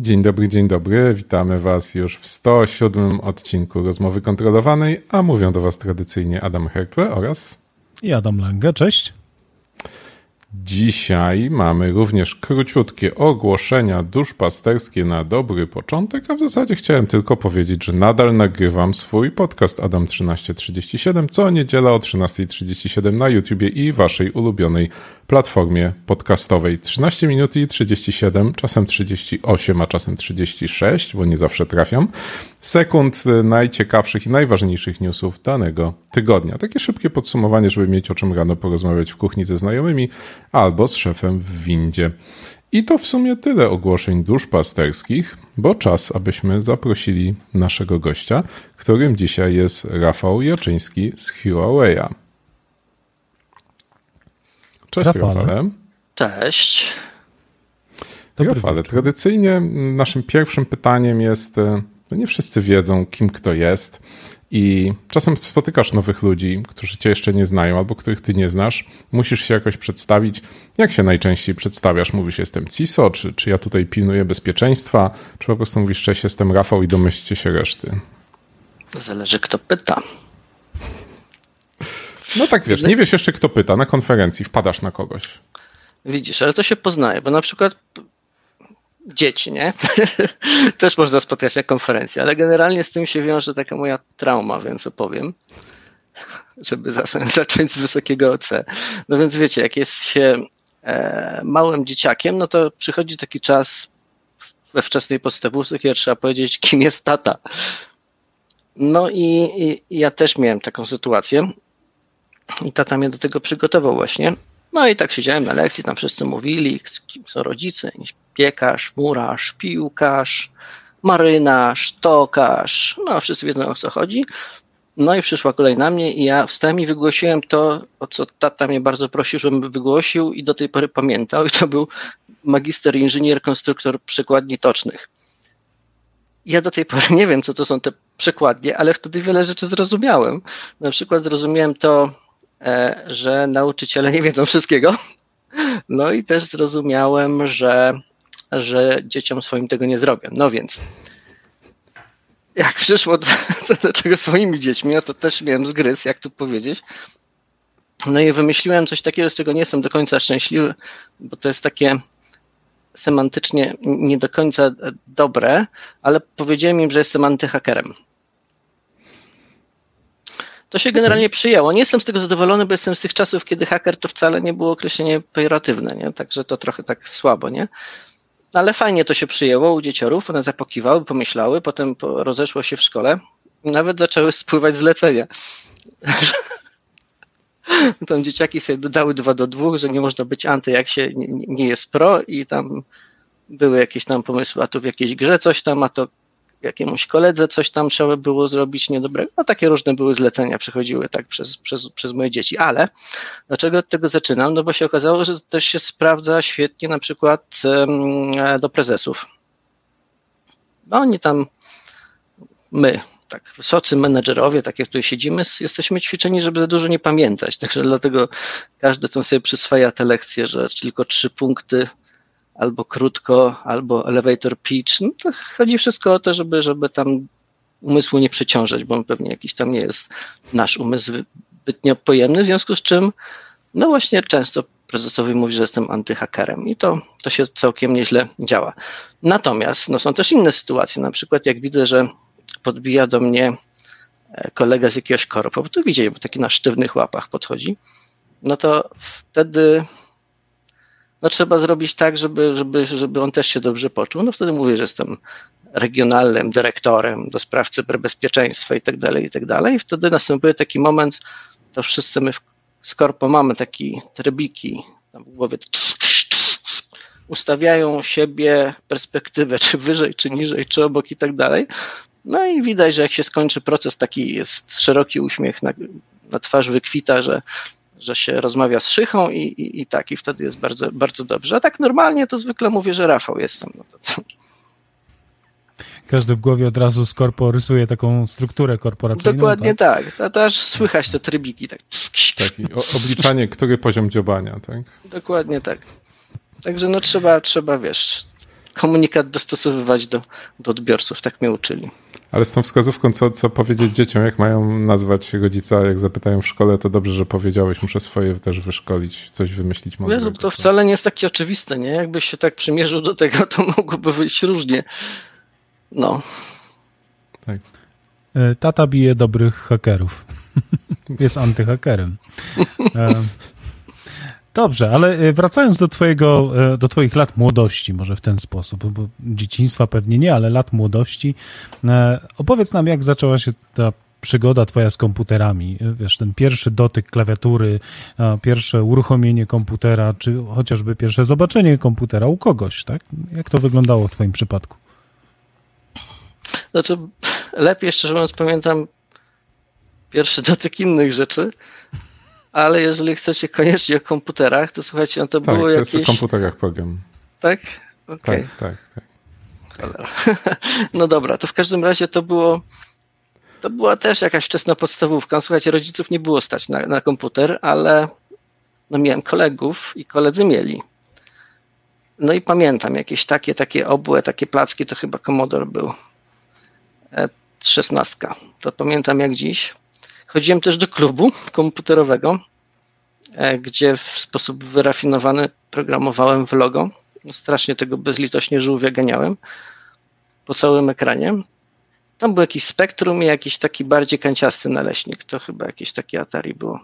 Dzień dobry. Witamy Was już w 107 odcinku Rozmowy Kontrolowanej, a mówią do Was tradycyjnie Adam Herkle oraz... I Adam Lange, cześć. Dzisiaj mamy również króciutkie ogłoszenia duszpasterskie na dobry początek, a w zasadzie chciałem tylko powiedzieć, że nadal nagrywam swój podcast Adam 1337 co niedziela o 13:37 na YouTubie i Waszej ulubionej platformie podcastowej. 13 minut i 37, czasem 38, a czasem 36, bo nie zawsze trafiam, sekund najciekawszych i najważniejszych newsów danego tygodnia. Takie szybkie podsumowanie, żeby mieć o czym rano porozmawiać w kuchni ze znajomymi albo z szefem w windzie. I to w sumie tyle ogłoszeń duszpasterskich, bo czas, abyśmy zaprosili naszego gościa, którym dzisiaj jest Rafał Jaczyński z Huawei'a. Cześć Rafale. Cześć. Rafale, tradycyjnie naszym pierwszym pytaniem jest, no nie wszyscy wiedzą, kim kto jest i czasem spotykasz nowych ludzi, którzy cię jeszcze nie znają albo których ty nie znasz. Musisz się jakoś przedstawić. Jak się najczęściej przedstawiasz? Mówisz, jestem CISO, czy ja tutaj pilnuję bezpieczeństwa, czy po prostu mówisz, cześć, jestem Rafał i domyślcie się reszty? Zależy kto pyta. No tak wiesz, nie wiesz jeszcze kto pyta, na konferencji wpadasz na kogoś. Widzisz, ale to się poznaje, bo na przykład dzieci, nie? Też można spotkać na konferencji, ale generalnie z tym się wiąże taka moja trauma, więc opowiem, żeby zacząć z wysokiego OC. No więc wiecie, jak jest się małym dzieciakiem, no to przychodzi taki czas we wczesnej podstawówce, kiedy trzeba powiedzieć, kim jest tata. No i ja też miałem taką sytuację i tata mnie do tego przygotował właśnie. No i tak siedziałem na lekcji, tam wszyscy mówili, kim są rodzice, piekarz, murarz, piłkarz, marynarz, tokarz, no wszyscy wiedzą o co chodzi. No i przyszła kolej na mnie i ja wstałem i wygłosiłem to, o co tata mnie bardzo prosił, żebym wygłosił i do tej pory pamiętał i to był magister inżynier, konstruktor przekładni tocznych. Ja do tej pory nie wiem, co to są te przekładnie, ale wtedy wiele rzeczy zrozumiałem. Na przykład zrozumiałem to, że nauczyciele nie wiedzą wszystkiego. No i też zrozumiałem, że dzieciom swoim tego nie zrobię. No więc jak przyszło do czego swoimi dziećmi, no to też miałem zgryz, jak tu powiedzieć. No i wymyśliłem coś takiego, z czego nie jestem do końca szczęśliwy, bo to jest takie semantycznie nie do końca dobre, ale powiedziałem im, że jestem antyhakerem. To się generalnie przyjęło. Nie jestem z tego zadowolony, bo jestem z tych czasów, kiedy haker to wcale nie było określenie pejoratywne, nie? Także to trochę tak słabo, nie? Ale fajnie to się przyjęło u dzieciorów, one tak pokiwały, pomyślały, potem rozeszło się w szkole i nawet zaczęły spływać zlecenia. Tam dzieciaki sobie dodały 2 do 2, że nie można być anty, jak się nie jest pro i tam były jakieś tam pomysły, a tu w jakiejś grze coś tam, a to jakiemuś koledze coś tam trzeba było zrobić niedobrego. No takie różne były zlecenia, przechodziły tak przez moje dzieci. Ale dlaczego od tego zaczynam? No bo się okazało, że to też się sprawdza świetnie na przykład do prezesów. No oni tam, my, tak, wysocy menedżerowie, tak jak tutaj siedzimy, jesteśmy ćwiczeni, żeby za dużo nie pamiętać. Także dlatego każdy tam sobie przyswaja te lekcje, że tylko 3 punkty albo krótko, albo elevator pitch. No to chodzi wszystko o to, żeby tam umysłu nie przeciążać, bo pewnie jakiś tam nie jest nasz umysł zbytnio pojemny, w związku z czym no właśnie często prezesowi mówi, że jestem antyhakerem i to się całkiem nieźle działa. Natomiast no są też inne sytuacje, na przykład jak widzę, że podbija do mnie kolega z jakiegoś korpo, bo to widzicie, bo taki na sztywnych łapach podchodzi, no to wtedy no trzeba zrobić tak, żeby on też się dobrze poczuł. No wtedy mówię, że jestem regionalnym dyrektorem do spraw cyberbezpieczeństwa i tak dalej. I wtedy następuje taki moment, to wszyscy my z korpo mamy takie trybiki tam w głowie, ustawiają siebie perspektywę, czy wyżej, czy niżej, czy obok i tak dalej. No i widać, że jak się skończy proces, taki jest szeroki uśmiech na twarz wykwita, że się rozmawia z szychą i tak, i wtedy jest bardzo, bardzo dobrze. A tak normalnie to zwykle mówię, że Rafał jestem. No to... Każdy w głowie od razu z korpo rysuje taką strukturę korporacyjną. Dokładnie tak. To aż słychać te trybiki. Tak. Tak, i obliczanie, który poziom dziobania, tak? Dokładnie tak. Także no trzeba, wiesz, komunikat dostosowywać do odbiorców. Tak mnie uczyli. Ale z tą wskazówką, co powiedzieć dzieciom, jak mają nazwać rodzica, jak zapytają w szkole, to dobrze, że powiedziałeś, muszę swoje też wyszkolić, coś wymyślić mądrego. Jezu, to wcale nie jest takie oczywiste, nie? Jakbyś się tak przymierzył do tego, to mogłoby wyjść różnie. No. Tak. Tata bije dobrych hakerów. Jest antyhakerem. Dobrze, ale wracając do twoich lat młodości, może w ten sposób, bo dzieciństwa pewnie nie, ale lat młodości. Opowiedz nam, jak zaczęła się ta przygoda twoja z komputerami. Wiesz, ten pierwszy dotyk klawiatury, pierwsze uruchomienie komputera, czy chociażby pierwsze zobaczenie komputera u kogoś, tak? Jak to wyglądało w twoim przypadku? Znaczy, lepiej, szczerze mówiąc, pamiętam pierwszy dotyk innych rzeczy, ale jeżeli chcecie koniecznie o komputerach, to słuchajcie, to tak, było jakieś... Tak, to jest o komputerach program. Tak? Okay. Tak. No dobra, to w każdym razie to była też jakaś wczesna podstawówka. Słuchajcie, rodziców nie było stać na komputer, ale no miałem kolegów i koledzy mieli. No i pamiętam jakieś takie obłe, takie placki, to chyba Commodore był. 16. To pamiętam jak dziś. Chodziłem też do klubu komputerowego, gdzie w sposób wyrafinowany programowałem w Logo. Strasznie tego bezlitośnie żółwia ganiałem po całym ekranie. Tam był jakiś Spectrum i jakiś taki bardziej kanciasty naleśnik. To chyba jakieś takie Atari było.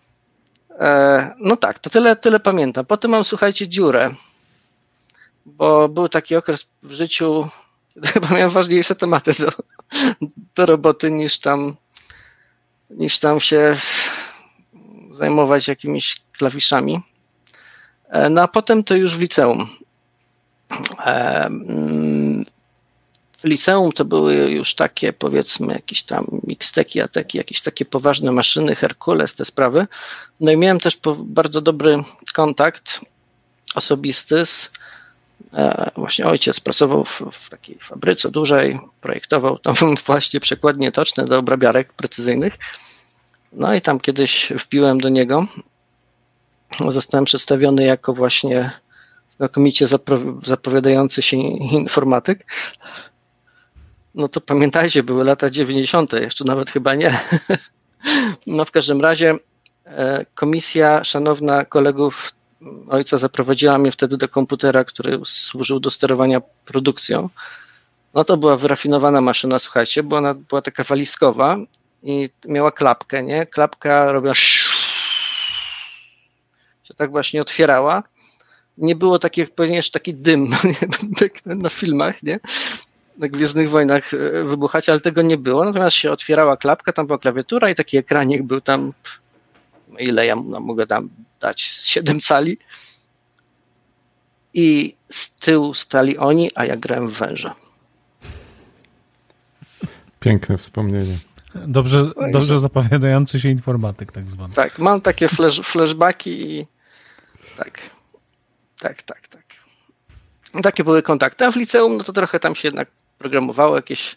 No tak, to tyle pamiętam. Potem mam, słuchajcie, dziurę, bo był taki okres w życiu, kiedy chyba miałem ważniejsze tematy do roboty niż tam się zajmować jakimiś klawiszami. No a potem to już w liceum. W liceum to były już takie, powiedzmy, jakieś tam Mixteki, Ateki, jakieś takie poważne maszyny, Herkules, te sprawy. No i miałem też bardzo dobry kontakt osobisty właśnie ojciec pracował w takiej fabryce dużej, projektował tam właśnie przekładnie toczne do obrabiarek precyzyjnych. No i tam kiedyś wbiłem do niego. Zostałem przedstawiony jako właśnie znakomicie zapowiadający się informatyk. No to pamiętajcie, były lata 90., jeszcze nawet chyba nie. No w każdym razie komisja szanowna kolegów ojca zaprowadziła mnie wtedy do komputera, który służył do sterowania produkcją. No to była wyrafinowana maszyna, słuchajcie, bo ona była taka walizkowa i miała klapkę, nie? Klapka robiła się tak właśnie otwierała. Nie było taki dym jak na filmach, nie? Na Gwiezdnych Wojnach wybuchać, ale tego nie było. Natomiast się otwierała klapka, tam była klawiatura i taki ekranik był tam, ile ja mogę tam dać, 7 cali. I z tyłu stali oni, a ja grałem w węża. Piękne wspomnienie. Dobrze zapowiadający się informatyk tak zwany. Tak, mam takie flashbacki i tak. Takie były kontakty. A w liceum, no to trochę tam się jednak programowało, jakieś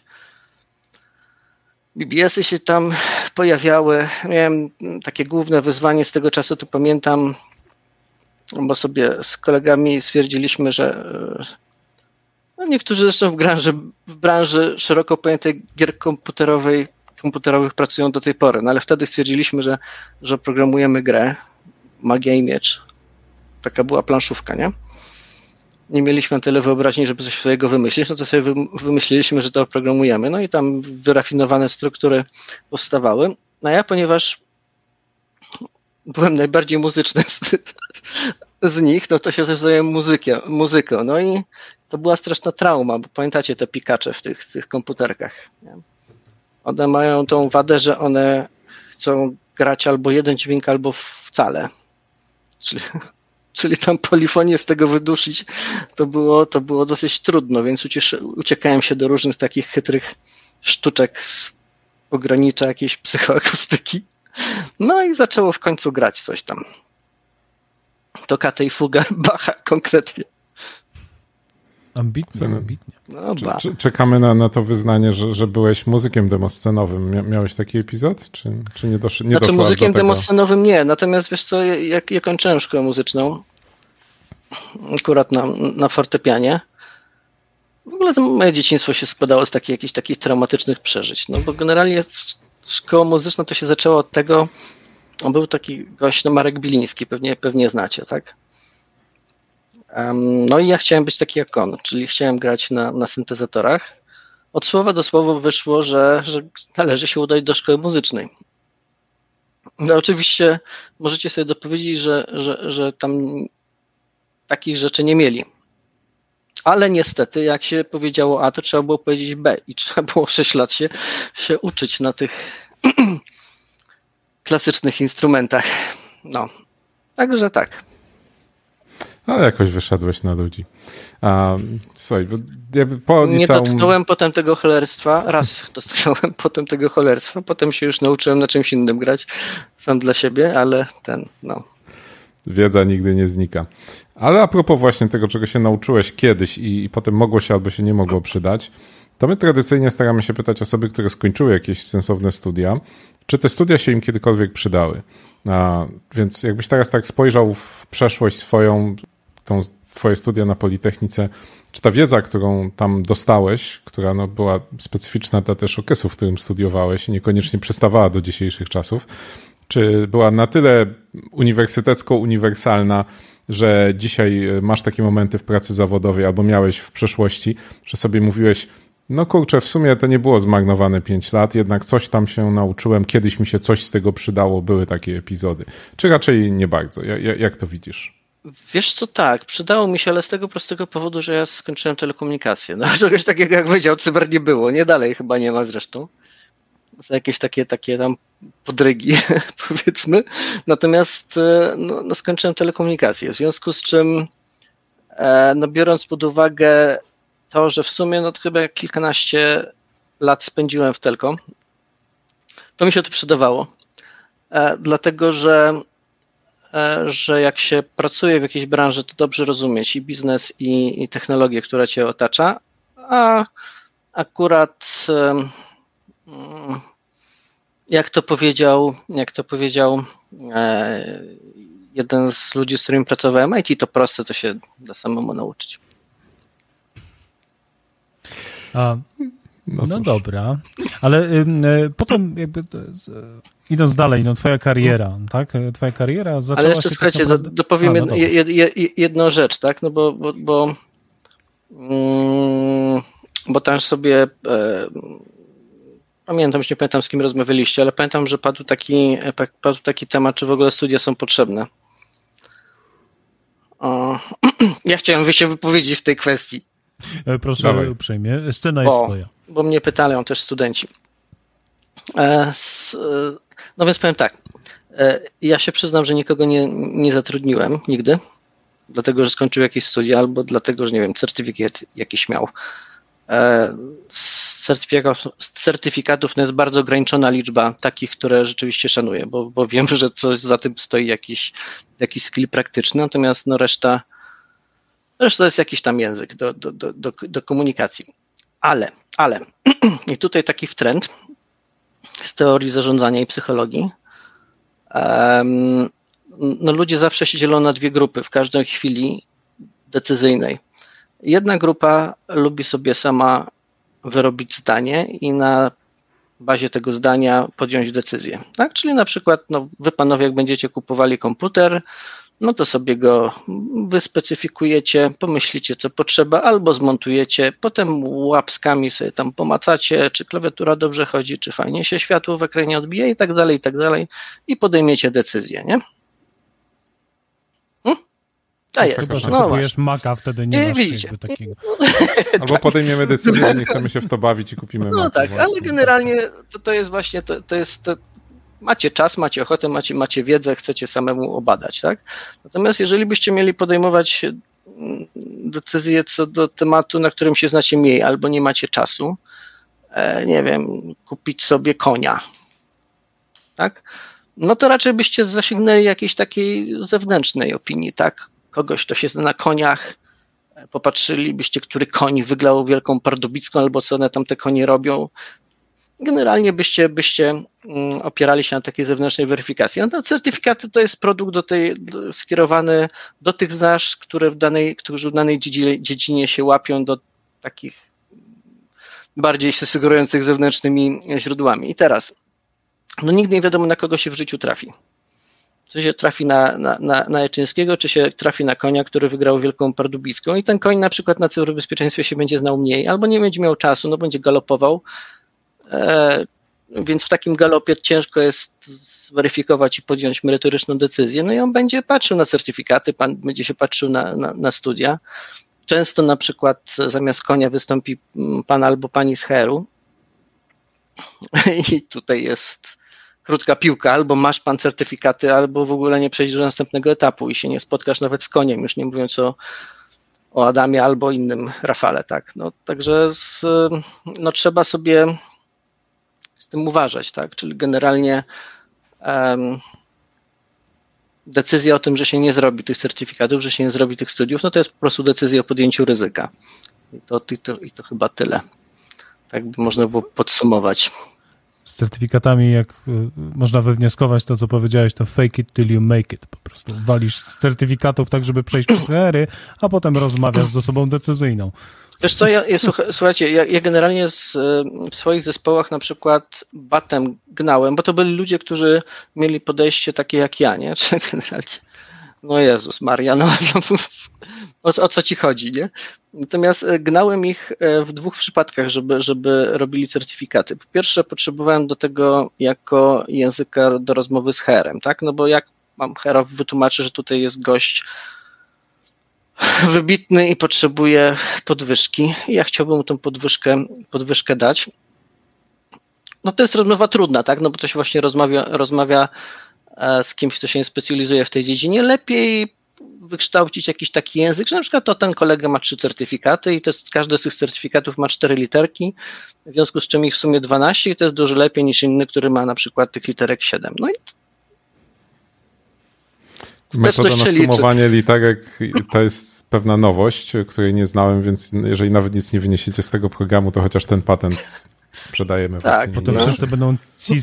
BBS-y się tam pojawiały. Miałem takie główne wyzwanie z tego czasu, to pamiętam, bo sobie z kolegami stwierdziliśmy, że no niektórzy zresztą w branży szeroko pojętej gier komputerowych pracują do tej pory, no ale wtedy stwierdziliśmy, że programujemy grę Magia i Miecz. Taka była planszówka, nie? Nie mieliśmy na tyle wyobraźni, żeby coś swojego wymyślić, no to sobie wymyśliliśmy, że to oprogramujemy. No i tam wyrafinowane struktury powstawały. No ja, ponieważ byłem najbardziej muzyczny z nich, no to się też zająłem muzyką. No i to była straszna trauma, bo pamiętacie te pikacze w tych komputerkach. Nie? One mają tą wadę, że one chcą grać albo jeden dźwięk, albo wcale. Czyli tam polifonię z tego wydusić, to było dosyć trudno, więc uciekałem się do różnych takich chytrych sztuczek z pogranicza jakiejś psychoakustyki. No i zaczęło w końcu grać coś tam. Toccata i fuga Bacha konkretnie. Ambitnie. No, czekamy na to wyznanie, że byłeś muzykiem demoscenowym. Miałeś taki epizod? Czy nie doszło znaczy muzykiem demoscenowym nie, natomiast wiesz co, jak ja kończyłem szkołę muzyczną, akurat na fortepianie, W ogóle moje dzieciństwo się składało z jakichś takich traumatycznych przeżyć, no bo generalnie szkoła muzyczna to się zaczęło od tego, był taki gość, no Marek Biliński, pewnie znacie, tak? No i ja chciałem być taki jak on, czyli chciałem grać na syntezatorach. Od słowa do słowa wyszło, że należy się udać do szkoły muzycznej. No oczywiście możecie sobie dopowiedzieć, że tam takich rzeczy nie mieli. Ale niestety, jak się powiedziało A, to trzeba było powiedzieć B i trzeba było 6 lat się uczyć na tych klasycznych instrumentach. No, także tak. Ale jakoś wyszedłeś na ludzi. Słuchaj, bo nie dotknąłem potem tego cholerstwa. Raz dotknąłem potem tego cholerstwa. Potem się już nauczyłem na czymś innym grać. Sam dla siebie, ale wiedza nigdy nie znika. Ale a propos właśnie tego, czego się nauczyłeś kiedyś i potem mogło się albo się nie mogło przydać, to my tradycyjnie staramy się pytać osoby, które skończyły jakieś sensowne studia, czy te studia się im kiedykolwiek przydały. Więc jakbyś teraz tak spojrzał w przeszłość swoją, twoje studia na Politechnice, czy ta wiedza, którą tam dostałeś, która była specyficzna dla też okresu, w którym studiowałeś i niekoniecznie przystawała do dzisiejszych czasów, czy była na tyle uniwersytecko-uniwersalna, że dzisiaj masz takie momenty w pracy zawodowej albo miałeś w przeszłości, że sobie mówiłeś, no kurczę, w sumie to nie było zmarnowane 5 lat, jednak coś tam się nauczyłem, kiedyś mi się coś z tego przydało, były takie epizody. Czy raczej nie bardzo? Jak to widzisz? Wiesz co, tak, przydało mi się, ale z tego prostego powodu, że ja skończyłem telekomunikację. No czegoś takiego jak powiedział cyber nie było, nie dalej chyba nie ma zresztą. Są jakieś takie tam podrygi, powiedzmy. Natomiast skończyłem telekomunikację, w związku z czym biorąc pod uwagę to, że w sumie chyba kilkanaście lat spędziłem w telkom, to mi się to przydawało. Dlatego, że jak się pracuje w jakiejś branży, to dobrze rozumieć i biznes, i technologię, która cię otacza, a akurat jak to powiedział jeden z ludzi, z którymi pracowałem, IT to proste, to się da samemu nauczyć. No dobra, ale potem jakby idąc dalej, twoja kariera, tak? Twoja kariera zaczęła się... Ale jeszcze słuchajcie, dopowiem jedną rzecz, tak? No bo tam sobie pamiętam, już nie pamiętam z kim rozmawialiście, ale pamiętam, że padł taki temat, czy w ogóle studia są potrzebne. Ja chciałem się wypowiedzieć w tej kwestii. Proszę Dawaj. Uprzejmie, scena jest twoja. Bo mnie pytają też studenci. No więc powiem tak, ja się przyznam, że nikogo nie zatrudniłem nigdy, dlatego, że skończył jakieś studia, albo dlatego, że nie wiem, certyfikat jakiś miał. Certyfikatów jest bardzo ograniczona liczba takich, które rzeczywiście szanuję, bo wiem, że coś za tym stoi jakiś skill praktyczny, natomiast reszta jest jakiś tam język do komunikacji. Ale i tutaj taki trend z teorii zarządzania i psychologii. Ludzie zawsze się dzielą na dwie grupy w każdej chwili decyzyjnej. Jedna grupa lubi sobie sama wyrobić zdanie i na bazie tego zdania podjąć decyzję. Tak? Czyli na przykład wy panowie, jak będziecie kupowali komputer, to sobie go wyspecyfikujecie, pomyślicie, co potrzeba, albo zmontujecie, potem łapskami sobie tam pomacacie, czy klawiatura dobrze chodzi, czy fajnie się światło w ekranie odbija i tak dalej, i podejmiecie decyzję, nie? Chyba, że kupujesz Maca, wtedy nie masz jakby takiego. Albo podejmiemy decyzję, że nie chcemy się w to bawić i kupimy Maca. No tak, właśnie. Ale generalnie to jest właśnie, to jest macie czas, macie ochotę, macie wiedzę, chcecie samemu obadać, tak? Natomiast jeżeli byście mieli podejmować decyzję co do tematu, na którym się znacie mniej, albo nie macie czasu, nie wiem, kupić sobie konia, tak? To raczej byście zasięgnęli jakiejś takiej zewnętrznej opinii, tak? Kogoś, kto się zna na koniach, popatrzylibyście, który koń wygrał Wielką Pardubicką, albo co one tam te konie robią. Generalnie byście opierali się na takiej zewnętrznej weryfikacji. Certyfikaty to jest produkt skierowany do tych z nas, którzy w danej dziedzinie się łapią, do takich bardziej się sugerujących zewnętrznymi źródłami. I teraz, no nigdy nie wiadomo, na kogo się w życiu trafi. Czy się trafi na Jaczyńskiego, czy się trafi na konia, który wygrał Wielką Pardubicką i ten koń na przykład na cyberbezpieczeństwie się będzie znał mniej, albo nie będzie miał czasu, no będzie galopował, więc w takim galopie ciężko jest zweryfikować i podjąć merytoryczną decyzję, no i on będzie patrzył na certyfikaty, będzie się patrzył na studia. Często na przykład zamiast konia wystąpi pan albo pani z HR-u i tutaj jest krótka piłka, albo masz pan certyfikaty, albo w ogóle nie przejdziesz do następnego etapu i się nie spotkasz nawet z koniem, już nie mówiąc o Adamie albo innym Rafale, tak. No, także trzeba sobie z tym uważać, tak, czyli generalnie decyzja o tym, że się nie zrobi tych certyfikatów, że się nie zrobi tych studiów, no to jest po prostu decyzja o podjęciu ryzyka. I to chyba tyle. Tak by można było podsumować. Z certyfikatami, jak można wywnioskować to, co powiedziałeś, to fake it till you make it. Po prostu walisz z certyfikatów tak, żeby przejść przez HR-y, a potem rozmawiasz z osobą decyzyjną. Wiesz co, słuchajcie, ja generalnie w swoich zespołach na przykład batem gnałem, bo to byli ludzie, którzy mieli podejście takie jak ja, nie? Czy generalnie, no Jezus Maria, no o co ci chodzi, nie? Natomiast gnałem ich w dwóch przypadkach, żeby robili certyfikaty. Po pierwsze, potrzebowałem do tego jako języka do rozmowy z HR-em, tak? No bo jak mam HR-owi wytłumaczyć, że tutaj jest gość wybitny i potrzebuje podwyżki. Ja chciałbym mu tą podwyżkę dać. No to jest rozmowa trudna, tak? No bo to się właśnie rozmawia z kimś, kto się nie specjalizuje w tej dziedzinie. Lepiej wykształcić jakiś taki język, że na przykład to ten kolega ma 3 certyfikaty i każdy z tych certyfikatów ma 4 literki, w związku z czym ich w sumie 12 i to jest dużo lepiej niż inny, który ma na przykład tych literek 7. No i metoda na sumowanie literek to jest pewna nowość, której nie znałem, więc jeżeli nawet nic nie wyniesiecie z tego programu, to chociaż ten patent sprzedajemy. Tak, potem wszyscy będą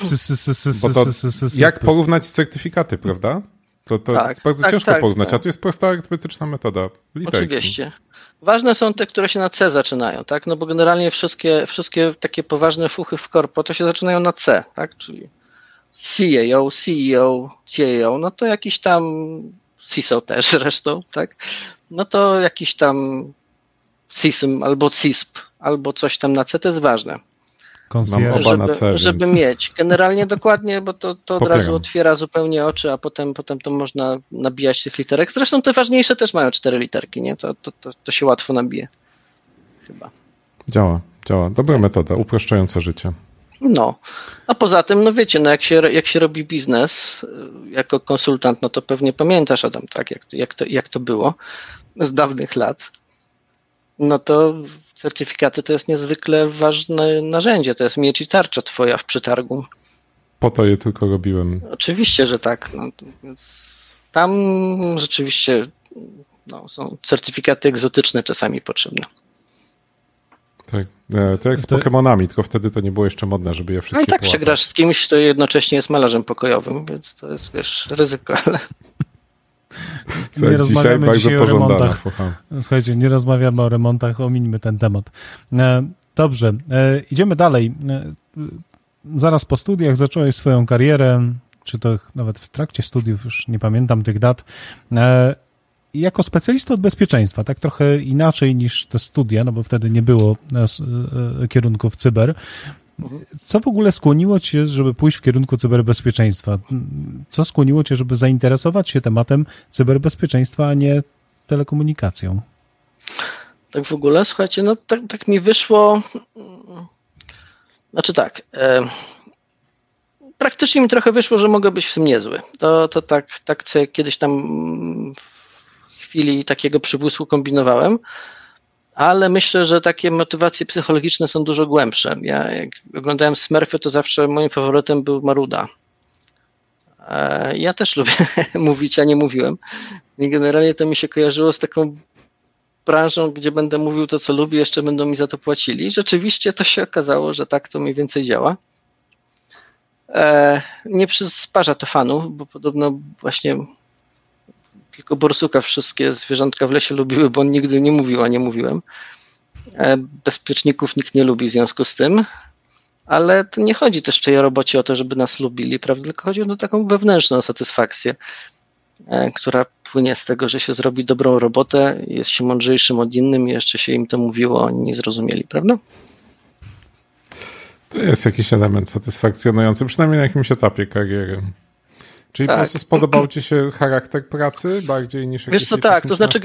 jak porównać certyfikaty, prawda? To jest bardzo ciężko porównać, a tu jest prosta arytmetyczna metoda. Literki. Oczywiście. Ważne są te, które się na C zaczynają, tak? No bo generalnie wszystkie takie poważne fuchy w korpo to się zaczynają na C, tak? Czyli CAO, CEO, CAO, no to jakiś tam CISO też zresztą, tak? No to jakiś tam CISM albo CISP, albo coś tam na C, to jest ważne. Mam oba na C, żeby mieć. Generalnie dokładnie, bo to od razu otwiera zupełnie oczy, a potem to można nabijać tych literek. Zresztą te ważniejsze też mają 4 literki, nie? To się łatwo nabije. Chyba. Działa. Dobra metoda, upraszczająca życie. No, a poza tym, no wiecie, no jak się robi biznes jako konsultant, no to pewnie pamiętasz, Adam, tak, jak to było z dawnych lat. No to certyfikaty to jest niezwykle ważne narzędzie, to jest miecz i tarcza twoja w przetargu. Po to je tylko robiłem. Oczywiście, że tak. No, więc tam rzeczywiście są certyfikaty egzotyczne czasami potrzebne. Tak, to jak z Pokemonami, tylko wtedy to nie było jeszcze modne, żeby je wszystkie no i tak połapać. Przegrasz z kimś, to jednocześnie jest malarzem pokojowym, więc to jest, wiesz, ryzyko, ale... Nie rozmawiamy dzisiaj o remontach. Słuchajcie, nie rozmawiamy o remontach, omińmy ten temat. Dobrze, idziemy dalej. Zaraz po studiach zacząłeś swoją karierę, czy to nawet w trakcie studiów, już nie pamiętam tych dat, jako specjalista od bezpieczeństwa, tak trochę inaczej niż te studia, no bo wtedy nie było kierunków cyber. Co w ogóle skłoniło cię, żeby pójść w kierunku cyberbezpieczeństwa? Co skłoniło cię, żeby zainteresować się tematem cyberbezpieczeństwa, a nie telekomunikacją? Tak w ogóle, słuchajcie, no tak mi wyszło, znaczy tak, praktycznie mi trochę wyszło, że mogę być w tym niezły. To tak co kiedyś tam w chwili takiego przybłysku kombinowałem, ale myślę, że takie motywacje psychologiczne są dużo głębsze. Ja jak oglądałem Smurfy, to zawsze moim faworytem był Maruda. Ja też lubię mówić, a nie mówiłem. I generalnie to mi się kojarzyło z taką branżą, gdzie będę mówił to, co lubię, jeszcze będą mi za to płacili. Rzeczywiście to się okazało, że tak to mniej więcej działa. Nie przysparza to fanów, bo podobno właśnie tylko borsuka wszystkie zwierzątka w lesie lubiły, bo on nigdy nie mówił, a nie mówiłem. Bezpieczników nikt nie lubi w związku z tym, ale to nie chodzi też w tej robocie o to, żeby nas lubili, prawda? Tylko chodzi o taką wewnętrzną satysfakcję, która płynie z tego, że się zrobi dobrą robotę, jest się mądrzejszym od innym i jeszcze się im to mówiło, oni nie zrozumieli, prawda? To jest jakiś element satysfakcjonujący, przynajmniej na jakimś etapie kariery. Czyli po prostu spodobał ci się charakter pracy bardziej niż jakieś. Wiesz co, tak, to znaczy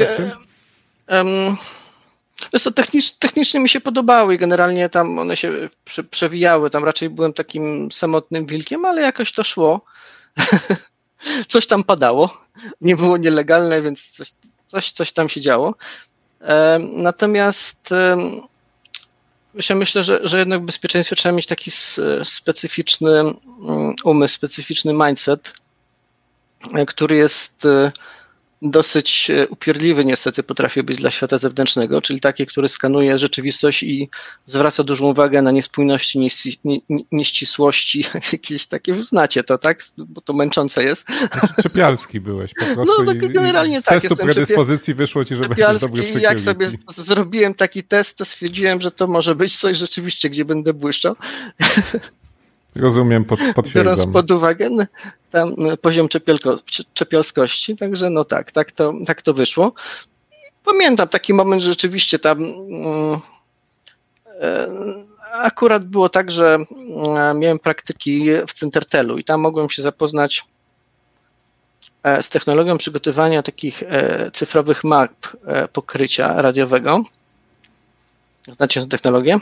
wiesz co, technicznie mi się podobały i generalnie tam one się przewijały, tam raczej byłem takim samotnym wilkiem, ale jakoś to szło. Coś tam padało, nie było nielegalne, więc coś tam się działo. Natomiast ja myślę, że jednak w bezpieczeństwie trzeba mieć taki specyficzny umysł, specyficzny mindset, który jest dosyć upierdliwy niestety potrafi być dla świata zewnętrznego, czyli taki, który skanuje rzeczywistość i zwraca dużą uwagę na niespójności, nieścisłości, jakieś takie, znacie to, tak? Bo to męczące jest. Czepialski byłeś po prostu. No to generalnie z testu predyspozycji wyszło ci, że będziesz dobry w security. Jak sobie zrobiłem taki test, to stwierdziłem, że to może być coś rzeczywiście, gdzie będę błyszczał. Rozumiem, potwierdzam. Biorąc pod uwagę tam poziom czepialskości, także no tak to wyszło. Pamiętam taki moment, że rzeczywiście tam akurat było tak, że miałem praktyki w Centertelu i tam mogłem się zapoznać z technologią przygotowania takich cyfrowych map pokrycia radiowego. Znacie tę technologię?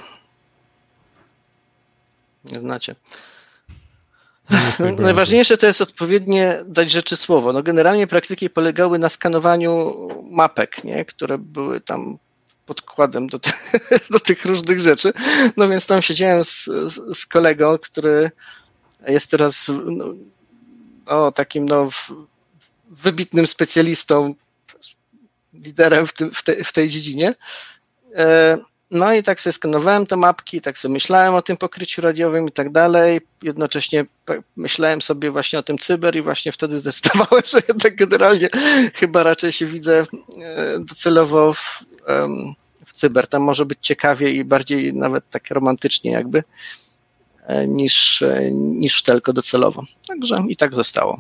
Nie znacie. Najważniejsze to jest odpowiednie dać rzeczy słowo. No generalnie praktyki polegały na skanowaniu mapek, nie? Które były tam podkładem do tych różnych rzeczy. No więc tam siedziałem z kolegą, który jest teraz takim wybitnym specjalistą, liderem w tej dziedzinie. No i tak sobie skanowałem te mapki, tak sobie myślałem o tym pokryciu radiowym i tak dalej. Jednocześnie myślałem sobie właśnie o tym cyber i właśnie wtedy zdecydowałem, że jednak generalnie chyba raczej się widzę docelowo w cyber. Tam może być ciekawie i bardziej nawet tak romantycznie jakby niż w telko docelowo. Także i tak zostało.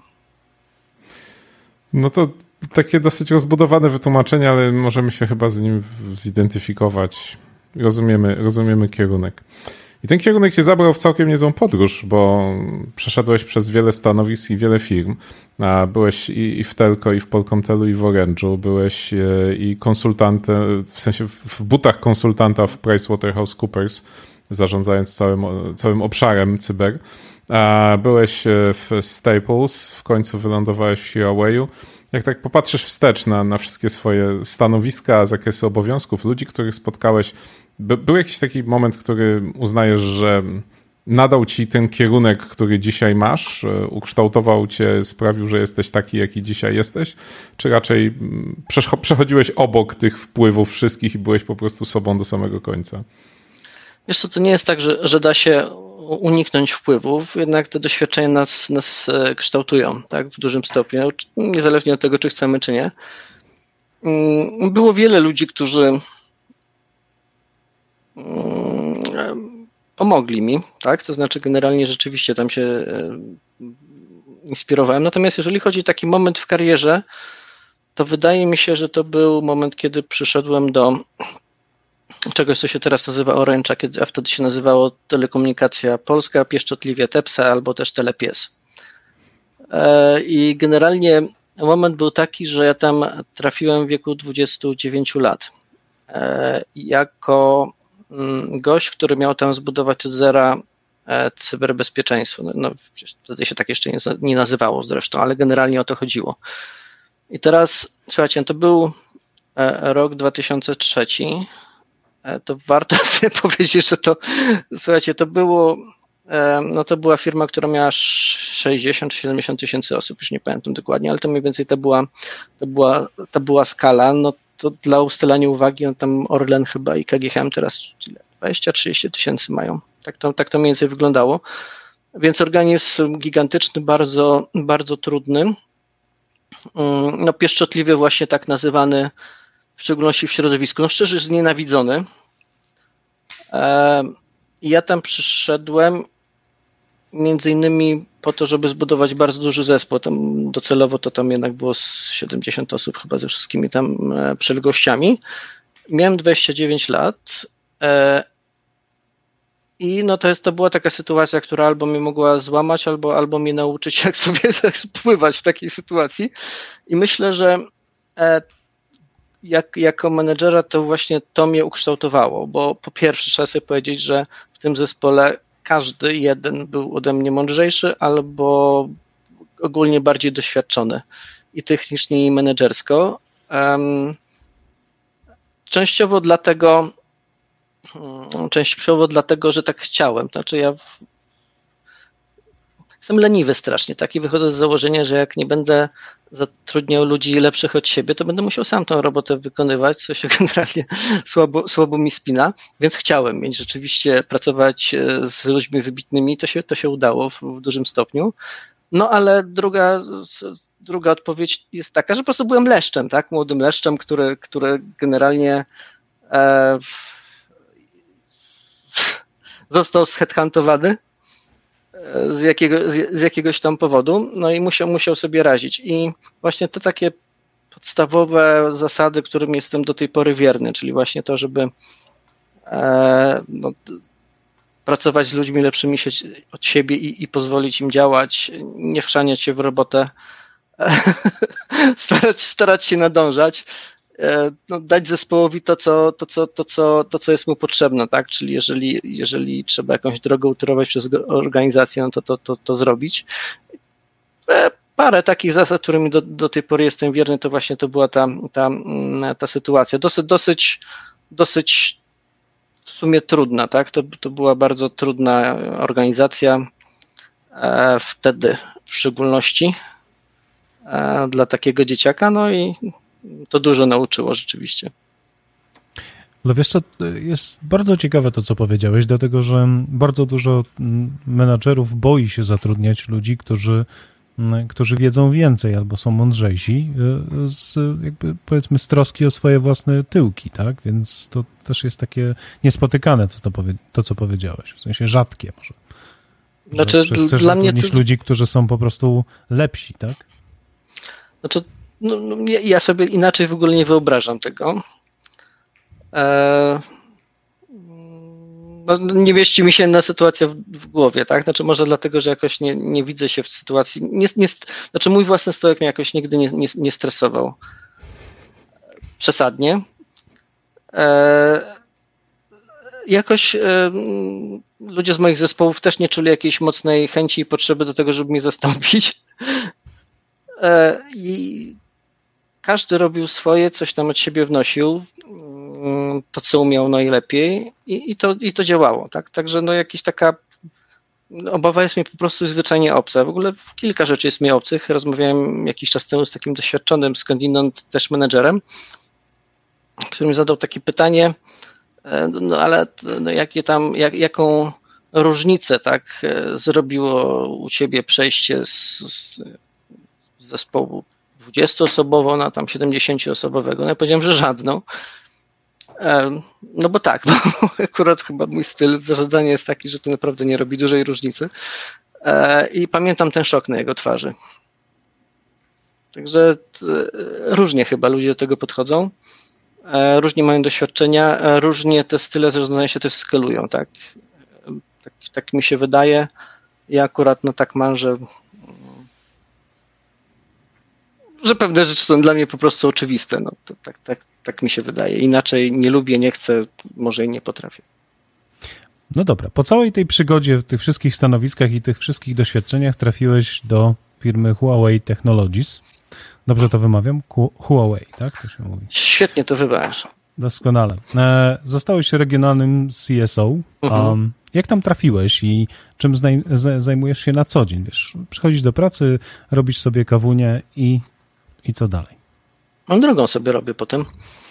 No to takie dosyć rozbudowane wytłumaczenie, ale możemy się chyba z nim zidentyfikować. Rozumiemy kierunek. I ten kierunek cię zabrał w całkiem niezłą podróż, bo przeszedłeś przez wiele stanowisk i wiele firm. Byłeś i w Telco, i w Polkomtelu, i w Orange'u. Byłeś i konsultantem, w sensie w butach konsultanta w PricewaterhouseCoopers, zarządzając całym obszarem cyber. Byłeś w Staples, w końcu wylądowałeś w Huawei'u. Jak tak popatrzysz wstecz na wszystkie swoje stanowiska, zakresy obowiązków, ludzi, których spotkałeś, był jakiś taki moment, który uznajesz, że nadał ci ten kierunek, który dzisiaj masz, ukształtował cię, sprawił, że jesteś taki, jaki dzisiaj jesteś? Czy raczej przechodziłeś obok tych wpływów wszystkich i byłeś po prostu sobą do samego końca? Wiesz co, to nie jest tak, że da się uniknąć wpływów, jednak te doświadczenia nas kształtują, tak, w dużym stopniu, niezależnie od tego, czy chcemy, czy nie. Było wiele ludzi, którzy pomogli mi, tak, to znaczy generalnie rzeczywiście tam się inspirowałem, natomiast jeżeli chodzi o taki moment w karierze, to wydaje mi się, że to był moment, kiedy przyszedłem do czegoś, co się teraz nazywa Orange, a wtedy się nazywało Telekomunikacja Polska, pieszczotliwie Tepsa albo też Telepies. I generalnie moment był taki, że ja tam trafiłem w wieku 29 lat. Jako gość, który miał tam zbudować od zera cyberbezpieczeństwo. No, wtedy się tak jeszcze nie nazywało zresztą, ale generalnie o to chodziło. I teraz, słuchajcie, to był rok 2003. To warto sobie powiedzieć, że to, słuchajcie, to była firma, która miała 60 czy 70 tysięcy osób, już nie pamiętam dokładnie, ale to mniej więcej to była skala. No to dla ustalania uwagi, no tam Orlen chyba i KGHM teraz 20-30 tysięcy mają. Tak to mniej więcej wyglądało. Więc organizm gigantyczny, bardzo, bardzo trudny. No pieszczotliwie właśnie tak nazywany, w szczególności w środowisku. No szczerze znienawidzony. Ja tam przyszedłem między innymi po to, żeby zbudować bardzo duży zespół. Tam docelowo to tam jednak było z 70 osób chyba ze wszystkimi tam przeległościami. Miałem 29 lat i no to była taka sytuacja, która albo mnie mogła złamać, albo mnie nauczyć, jak sobie pływać w takiej sytuacji. I myślę, że jako menedżera to właśnie to mnie ukształtowało, bo po pierwsze trzeba sobie powiedzieć, że w tym zespole każdy jeden był ode mnie mądrzejszy albo ogólnie bardziej doświadczony i technicznie, i menedżersko. Częściowo dlatego, że tak chciałem. Znaczy ja jestem leniwy strasznie, tak? I wychodzę z założenia, że jak nie będę zatrudniał ludzi lepszych od siebie, to będę musiał sam tą robotę wykonywać, co się generalnie słabo mi spina, więc chciałem mieć rzeczywiście pracować z ludźmi wybitnymi, to się udało w dużym stopniu. No ale druga odpowiedź jest taka, że po prostu byłem leszczem, tak? Młodym leszczem, który generalnie został zheadhuntowany z jakiegoś tam powodu, no i musiał sobie radzić. I właśnie te takie podstawowe zasady, którym jestem do tej pory wierny, czyli właśnie to, żeby pracować z ludźmi lepszymi od siebie i pozwolić im działać, nie wchrzaniać się w robotę, starać się nadążać, dać zespołowi to, co jest mu potrzebne, tak? Czyli jeżeli trzeba jakąś drogę utorować przez organizację, no to zrobić. Parę takich zasad, którymi do tej pory jestem wierny, to właśnie to była ta sytuacja. Dosyć w sumie trudna, tak? To była bardzo trudna organizacja wtedy w szczególności dla takiego dzieciaka, no i to dużo nauczyło rzeczywiście. Ale wiesz co, jest bardzo ciekawe to, co powiedziałeś, dlatego że bardzo dużo menadżerów boi się zatrudniać ludzi, którzy wiedzą więcej albo są mądrzejsi, jakby powiedzmy z troski o swoje własne tyłki, tak? Więc to też jest takie niespotykane, to co powiedziałeś, w sensie rzadkie może. Znaczy, że chcesz dla mnie zatrudnić ludzi, którzy są po prostu lepsi, tak? Znaczy, ja sobie inaczej w ogóle nie wyobrażam tego. Nie mieści mi się jedna sytuacja w głowie, tak? Znaczy może dlatego, że jakoś nie widzę się w sytuacji. Znaczy mój własny stołek mnie jakoś nigdy nie stresował przesadnie. Jakoś ludzie z moich zespołów też nie czuli jakiejś mocnej chęci i potrzeby do tego, żeby mnie zastąpić. I każdy robił swoje, coś tam od siebie wnosił, to co umiał najlepiej i to działało, tak? Także jakaś taka obawa jest mi po prostu zwyczajnie obca. W ogóle kilka rzeczy jest mi obcych. Rozmawiałem jakiś czas temu z takim doświadczonym skądinąd też menedżerem, który mi zadał takie pytanie, ale jaką różnicę, tak, zrobiło u ciebie przejście z zespołu 20-osobowego na tam 70-osobowego. No ja powiedziałem, że żadną. No bo tak, bo akurat chyba mój styl zarządzania jest taki, że to naprawdę nie robi dużej różnicy. I pamiętam ten szok na jego twarzy. Także różnie chyba ludzie do tego podchodzą. Różnie mają doświadczenia, różnie te style zarządzania się też skalują, tak? Tak mi się wydaje. Ja akurat tak mam, że pewne rzeczy są dla mnie po prostu oczywiste. No, to tak mi się wydaje. Inaczej nie lubię, nie chcę, może i nie potrafię. No dobra, po całej tej przygodzie, w tych wszystkich stanowiskach i tych wszystkich doświadczeniach trafiłeś do firmy Huawei Technologies. Dobrze to wymawiam? Huawei, tak? To się mówi. Świetnie to wymawiasz. Doskonale. Zostałeś regionalnym CSO. Jak tam trafiłeś i czym zajmujesz się na co dzień? Wiesz, przychodzisz do pracy, robisz sobie kawunię i co dalej? Mam drugą sobie robię potem.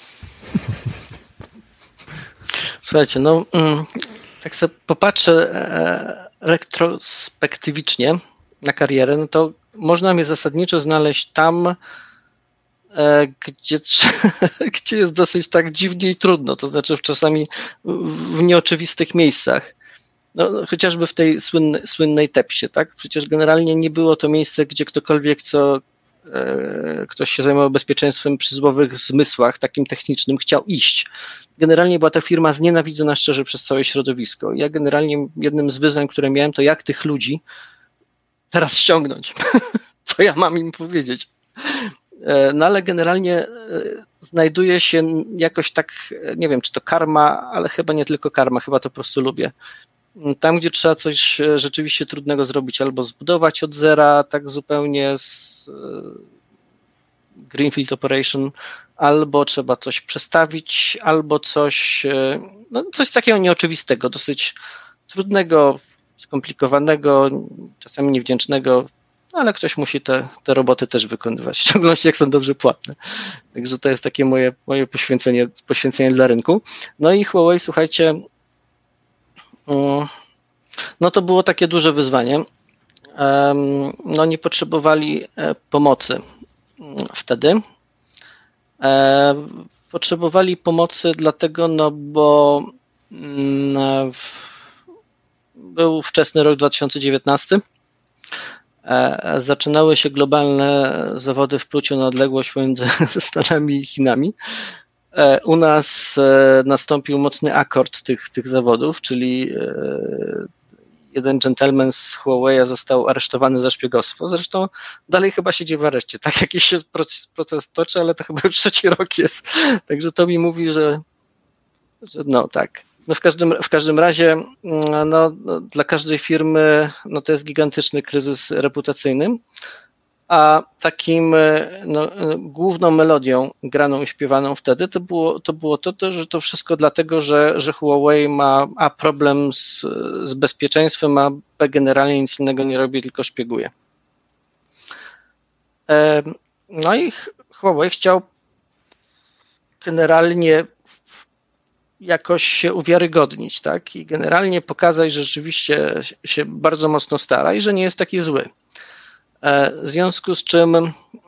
Słuchajcie, tak sobie popatrzę retrospektywicznie na karierę, no to można mnie zasadniczo znaleźć tam, gdzie jest dosyć tak dziwnie i trudno, to znaczy czasami w nieoczywistych miejscach. No, chociażby w tej słynnej Tepsie, tak? Przecież generalnie nie było to miejsce, gdzie ktoś się zajmował bezpieczeństwem przy złowych zmysłach, takim technicznym, chciał iść. Generalnie była to firma znienawidzona szczerze przez całe środowisko. Ja generalnie jednym z wyzwań, które miałem, to jak tych ludzi teraz ściągnąć. Co ja mam im powiedzieć? No ale generalnie znajduje się jakoś tak, nie wiem, czy to karma, ale chyba nie tylko karma, chyba to po prostu lubię. Tam, gdzie trzeba coś rzeczywiście trudnego zrobić, albo zbudować od zera, tak zupełnie z Greenfield Operation, albo trzeba coś przestawić, albo coś takiego nieoczywistego, dosyć trudnego, skomplikowanego, czasami niewdzięcznego, ale ktoś musi te roboty też wykonywać, w szczególności jak są dobrze płatne. Także to jest takie moje poświęcenie dla rynku. No i Huawei, słuchajcie, no to było takie duże wyzwanie. No nie potrzebowali pomocy wtedy. Potrzebowali pomocy dlatego, no bo był wczesny rok 2019. Zaczynały się globalne zawody w pluciu na odległość pomiędzy Stanami i Chinami. U nas nastąpił mocny akord tych zawodów, czyli jeden dżentelmen z Huawei został aresztowany za szpiegostwo. Zresztą dalej chyba siedzi w areszcie. Tak, jakiś się proces toczy, ale to chyba już 3. rok jest. Także to mi mówi, że no tak. No w każdym razie no, dla każdej firmy no, to jest gigantyczny kryzys reputacyjny, a takim główną melodią graną i śpiewaną wtedy to było to, że to wszystko dlatego, że Huawei ma problem z bezpieczeństwem, a generalnie nic innego nie robi, tylko szpieguje. No i Huawei chciał generalnie jakoś się uwiarygodnić, tak? I generalnie pokazać, że rzeczywiście się bardzo mocno stara i że nie jest taki zły. W związku z czym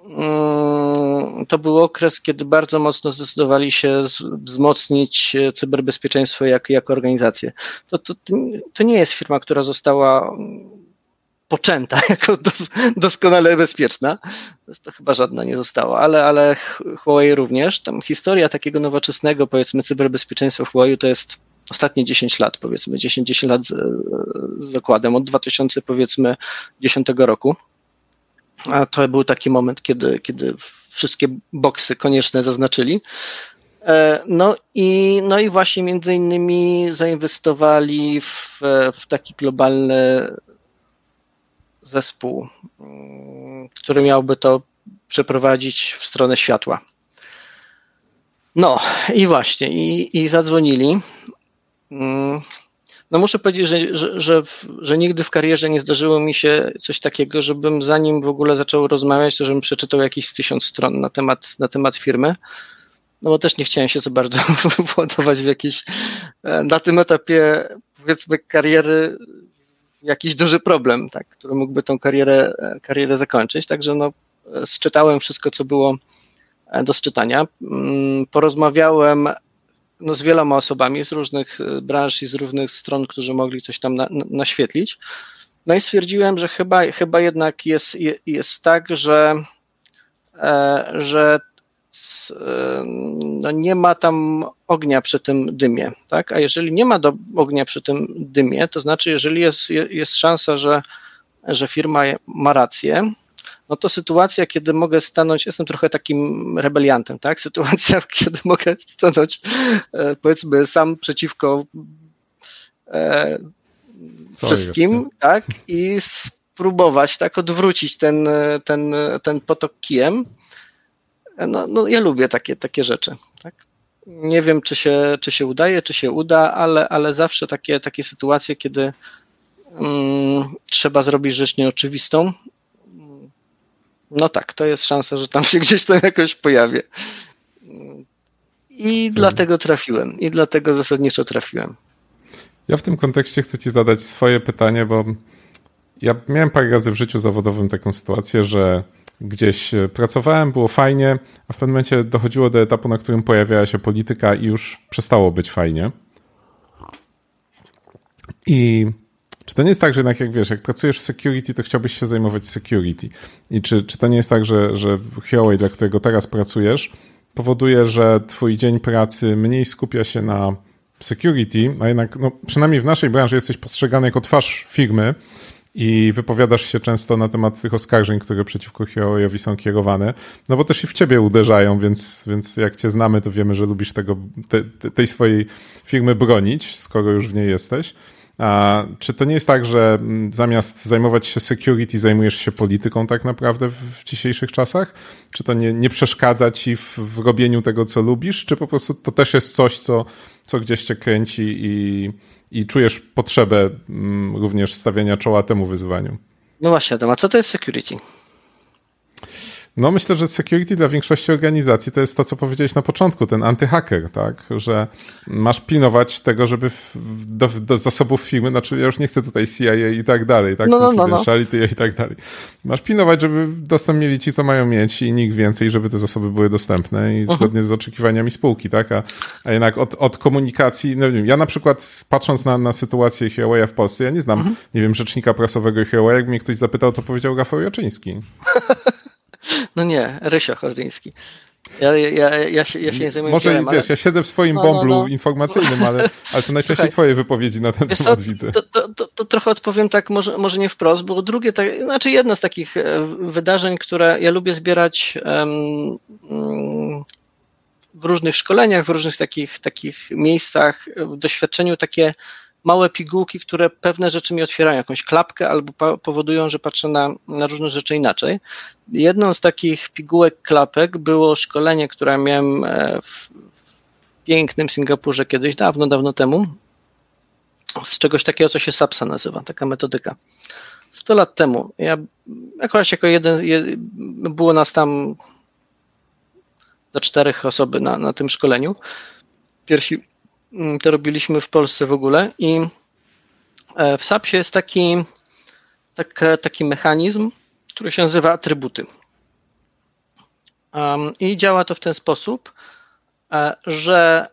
to był okres, kiedy bardzo mocno zdecydowali się wzmocnić cyberbezpieczeństwo jako organizację. To nie jest firma, która została poczęta jako doskonale bezpieczna. To chyba żadna nie została, ale Huawei również. Tam historia takiego nowoczesnego, powiedzmy, cyberbezpieczeństwa w Huawei to jest ostatnie 10 lat, powiedzmy, 10 lat z zakładem, od 2010 roku. A to był taki moment, kiedy wszystkie boksy konieczne zaznaczyli. No i właśnie między innymi zainwestowali w taki globalny zespół, który miałby to przeprowadzić w stronę światła. No i właśnie, i zadzwonili. No muszę powiedzieć, że nigdy w karierze nie zdarzyło mi się coś takiego, żebym zanim w ogóle zaczął rozmawiać, to żebym przeczytał jakieś 1000 stron na temat firmy. No bo też nie chciałem się za bardzo władować w jakieś, na tym etapie, powiedzmy, kariery, jakiś duży problem, tak, który mógłby tą karierę zakończyć. Także no, zczytałem wszystko, co było do zczytania. Porozmawiałem z wieloma osobami z różnych branż i z różnych stron, którzy mogli coś tam naświetlić. No i stwierdziłem, że chyba jednak jest tak, że no nie ma tam ognia przy tym dymie, tak? A jeżeli nie ma ognia przy tym dymie, to znaczy, jeżeli jest szansa, że firma ma rację, no to sytuacja, kiedy mogę stanąć, jestem trochę takim rebeliantem, tak? Sytuacja, kiedy mogę stanąć, powiedzmy, sam przeciwko wszystkim, tak? I spróbować tak odwrócić ten potok kijem. No ja lubię takie rzeczy, tak? Nie wiem, czy się udaje, czy się uda, ale zawsze takie sytuacje, kiedy trzeba zrobić rzecz nieoczywistą, no tak, to jest szansa, że tam się gdzieś tam jakoś pojawię. I dlatego trafiłem. I dlatego zasadniczo trafiłem. Ja w tym kontekście chcę ci zadać swoje pytanie, bo ja miałem parę razy w życiu zawodowym taką sytuację, że gdzieś pracowałem, było fajnie, a w pewnym momencie dochodziło do etapu, na którym pojawiała się polityka i już przestało być fajnie. I czy to nie jest tak, że jednak jak pracujesz w security, to chciałbyś się zajmować security? I czy to nie jest tak, że Huawei, dla którego teraz pracujesz, powoduje, że twój dzień pracy mniej skupia się na security, a jednak przynajmniej w naszej branży jesteś postrzegany jako twarz firmy i wypowiadasz się często na temat tych oskarżeń, które przeciwko Huawei'owi są kierowane, bo też i w ciebie uderzają, więc jak cię znamy, to wiemy, że lubisz tej swojej firmy bronić, skoro już w niej jesteś. A czy to nie jest tak, że zamiast zajmować się security, zajmujesz się polityką tak naprawdę w dzisiejszych czasach? Czy to nie przeszkadza ci w robieniu tego, co lubisz? Czy po prostu to też jest coś, co gdzieś cię kręci i czujesz potrzebę również stawiania czoła temu wyzwaniu? No właśnie, Adam, a co to jest security? No myślę, że security dla większości organizacji to jest to, co powiedziałeś na początku, ten antyhaker, tak? Że masz pilnować tego, żeby do zasobów firmy, znaczy ja już nie chcę tutaj CIA i tak dalej, tak? Confidentiality i tak dalej. Masz pilnować, żeby dostęp mieli ci, co mają mieć i nikt więcej, żeby te zasoby były dostępne i zgodnie z oczekiwaniami spółki, tak? A jednak od komunikacji, no nie wiem, ja na przykład patrząc na sytuację Huawei w Polsce, ja nie znam, nie wiem, rzecznika prasowego Huawei, jak mnie ktoś zapytał, to powiedział Rafał Jaczyński. No nie, Rysio Chordyński. Ja się nie zajmuję Może PR-em, wiesz, ja siedzę w swoim bąblu informacyjnym, ale to najczęściej Słuchaj, twoje wypowiedzi na ten temat widzę. To trochę odpowiem tak, może nie wprost, bo drugie, znaczy jedno z takich wydarzeń, które ja lubię zbierać w różnych szkoleniach, w różnych takich miejscach, w doświadczeniu takie małe pigułki, które pewne rzeczy mi otwierają, jakąś klapkę albo powodują, że patrzę na różne rzeczy inaczej. Jedną z takich pigułek, klapek było szkolenie, które miałem w pięknym Singapurze kiedyś, dawno temu, z czegoś takiego, co się SAPSA nazywa, taka metodyka. 100 lat temu. Ja akurat jako było nas tam do 4 osoby na tym szkoleniu. Pierwsi to robiliśmy w Polsce w ogóle i w SAPsie jest taki mechanizm, który się nazywa atrybuty. I działa to w ten sposób, że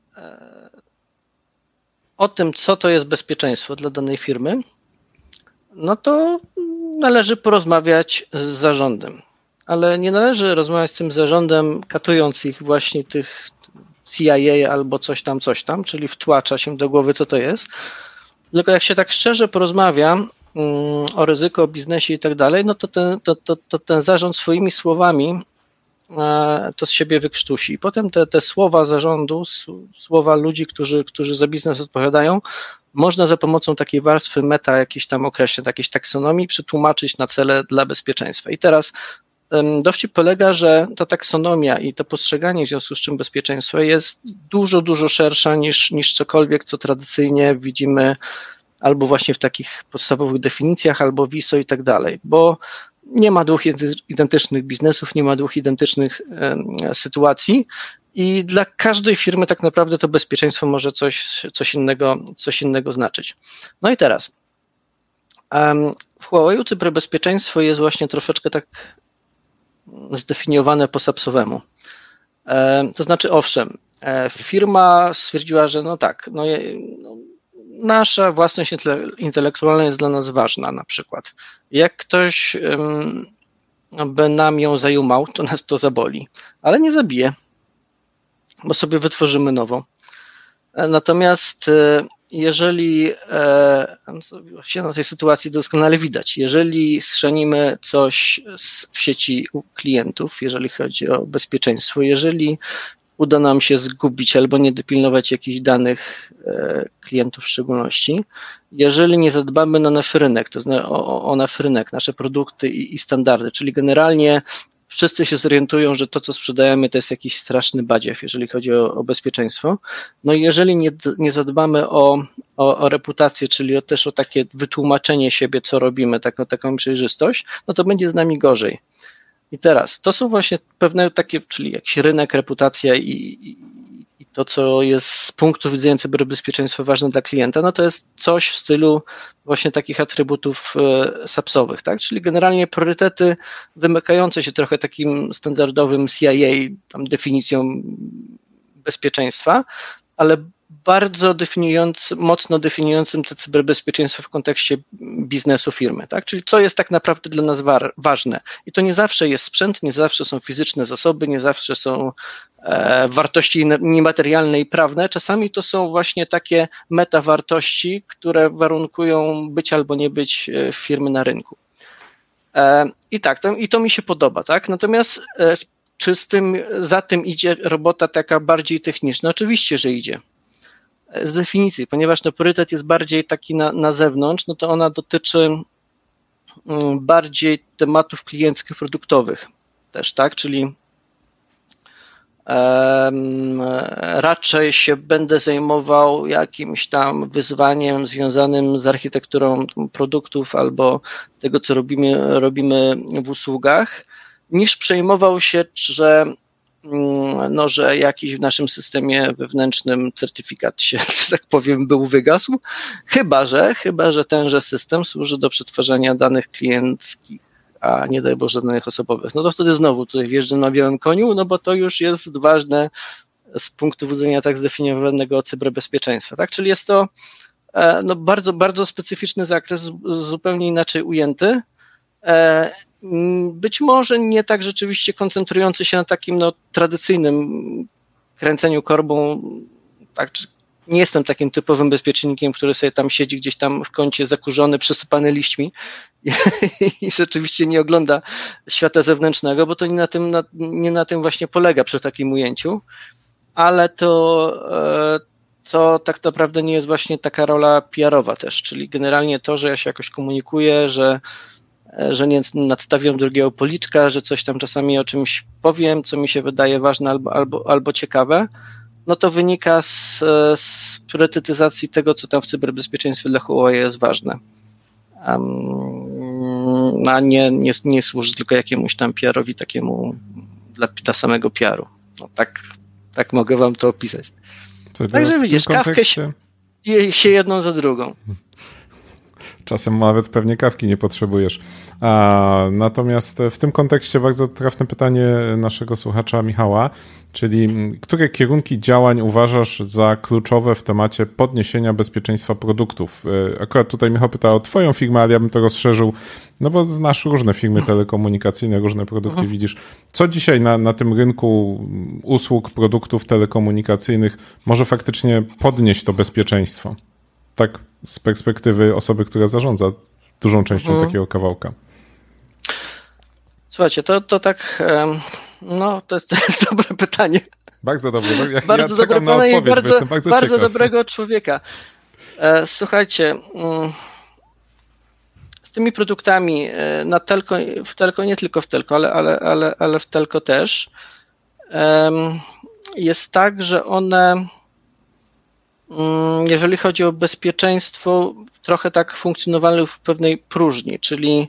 o tym, co to jest bezpieczeństwo dla danej firmy, no to należy porozmawiać z zarządem. Ale nie należy rozmawiać z tym zarządem, katując ich właśnie tych CIA albo coś tam, czyli wtłacza się do głowy, co to jest. Tylko jak się tak szczerze porozmawia o ryzyku, o biznesie i tak dalej, no to ten zarząd swoimi słowami to z siebie wykrztusi. I potem te słowa zarządu, słowa ludzi, którzy za biznes odpowiadają, można za pomocą takiej warstwy meta, jakiejś tam określeń, jakiejś taksonomii, przetłumaczyć na cele dla bezpieczeństwa. I teraz dowcip polega, że ta taksonomia i to postrzeganie w związku z czym bezpieczeństwa jest dużo szersza niż cokolwiek, co tradycyjnie widzimy albo właśnie w takich podstawowych definicjach, albo w ISO i tak dalej, bo nie ma 2 identycznych biznesów, nie ma 2 identycznych sytuacji i dla każdej firmy tak naprawdę to bezpieczeństwo może coś innego znaczyć. No i teraz w Huawei cyberbezpieczeństwo jest właśnie troszeczkę tak zdefiniowane po SAPS-owemu. To znaczy, owszem, firma stwierdziła, że nasza własność intelektualna jest dla nas ważna na przykład. Jak ktoś by nam ją zajumał, to nas to zaboli, ale nie zabije, bo sobie wytworzymy nową. Natomiast jeżeli, się na tej sytuacji doskonale widać, jeżeli schrzanimy coś w sieci u klientów, jeżeli chodzi o bezpieczeństwo, jeżeli uda nam się zgubić albo nie dopilnować jakichś danych klientów w szczególności, jeżeli nie zadbamy na nasz rynek, to znaczy o nasz rynek, nasze produkty i standardy, czyli generalnie wszyscy się zorientują, że to, co sprzedajemy, to jest jakiś straszny badziew, jeżeli chodzi o bezpieczeństwo. No i jeżeli nie zadbamy o reputację, czyli też o takie wytłumaczenie siebie, co robimy, taką przejrzystość, no to będzie z nami gorzej. I teraz, to są właśnie pewne takie, czyli jakiś rynek, reputacja i to, co jest z punktu widzenia cyberbezpieczeństwa ważne dla klienta, no to jest coś w stylu właśnie takich atrybutów SAPS-owych, tak? Czyli generalnie priorytety wymykające się trochę takim standardowym CIA, tam definicją bezpieczeństwa, ale bardzo mocno definiującym to cyberbezpieczeństwo w kontekście biznesu firmy, tak? Czyli co jest tak naprawdę dla nas ważne. I to nie zawsze jest sprzęt, nie zawsze są fizyczne zasoby, nie zawsze są wartości niematerialne i prawne. Czasami to są właśnie takie metawartości, które warunkują być albo nie być firmy na rynku. I tak, i to mi się podoba, tak? Natomiast czy za tym idzie robota taka bardziej techniczna? Oczywiście, że idzie. Z definicji, ponieważ priorytet jest bardziej taki na zewnątrz, no to ona dotyczy bardziej tematów klienckich, produktowych też, tak? Czyli raczej się będę zajmował jakimś tam wyzwaniem związanym z architekturą produktów albo tego, co robimy w usługach, niż przejmował się, że jakiś w naszym systemie wewnętrznym certyfikat się, że tak powiem, wygasł, chyba że tenże system służy do przetwarzania danych klienckich, a nie daj Boże danych osobowych. No to wtedy znowu tutaj wjeżdżam na białym koniu, no bo to już jest ważne z punktu widzenia tak zdefiniowanego cyberbezpieczeństwa, tak? Czyli jest to bardzo, bardzo specyficzny zakres, zupełnie inaczej ujęty. Być może nie tak rzeczywiście koncentrujący się na takim tradycyjnym kręceniu korbą, tak, nie jestem takim typowym bezpiecznikiem, który sobie tam siedzi gdzieś tam w kącie zakurzony, przysypany liśćmi i rzeczywiście nie ogląda świata zewnętrznego, bo to nie na tym właśnie polega przy takim ujęciu, ale to tak naprawdę nie jest właśnie taka rola PR-owa też, czyli generalnie to, że ja się jakoś komunikuję, że nie nadstawiam drugiego policzka, że coś tam czasami o czymś powiem, co mi się wydaje ważne albo ciekawe, no to wynika z priorytetyzacji tego, co tam w cyberbezpieczeństwie dla Huawei jest ważne. A nie służy tylko jakiemuś tam PR-owi takiemu dla samego PR-u. No tak mogę wam to opisać. Także widzisz, kawkę się jedną za drugą. Czasem nawet pewnie kawki nie potrzebujesz. Natomiast w tym kontekście bardzo trafne pytanie naszego słuchacza Michała, czyli które kierunki działań uważasz za kluczowe w temacie podniesienia bezpieczeństwa produktów? Akurat tutaj Michał pyta o twoją firmę, ale ja bym to rozszerzył, no bo znasz różne firmy telekomunikacyjne, różne produkty, widzisz. Co dzisiaj na tym rynku usług, produktów telekomunikacyjnych może faktycznie podnieść to bezpieczeństwo? Tak z perspektywy osoby, która zarządza dużą częścią takiego kawałka. Słuchajcie, to tak, to jest dobre pytanie. Bardzo dobre. Bardzo dobre pytanie i bardzo dobrego człowieka. Słuchajcie, z tymi produktami w telco, nie tylko w telco, ale w telco też, jest tak, że one, jeżeli chodzi o bezpieczeństwo, trochę tak funkcjonowały w pewnej próżni, czyli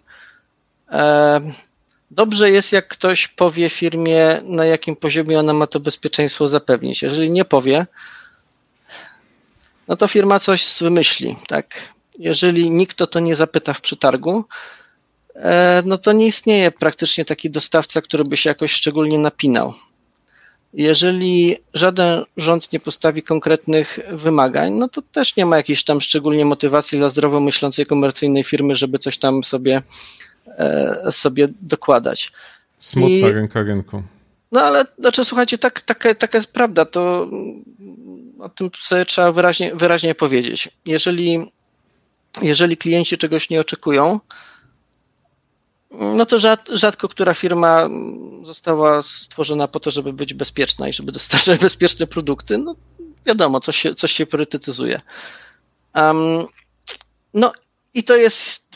dobrze jest, jak ktoś powie firmie, na jakim poziomie ona ma to bezpieczeństwo zapewnić. Jeżeli nie powie, no to firma coś wymyśli, tak? Jeżeli nikt o to nie zapyta w przetargu, no to nie istnieje praktycznie taki dostawca, który by się jakoś szczególnie napinał. Jeżeli żaden rząd nie postawi konkretnych wymagań, no to też nie ma jakiejś tam szczególnie motywacji dla zdrowo myślącej komercyjnej firmy, żeby coś tam sobie dokładać. Smutna ręka rynku. No ale słuchajcie, taka jest prawda, to o tym sobie trzeba wyraźnie powiedzieć. Jeżeli klienci czegoś nie oczekują, no to rzadko która firma została stworzona po to, żeby być bezpieczna i żeby dostarczać bezpieczne produkty. No wiadomo, coś się priorytetyzuje. No i to jest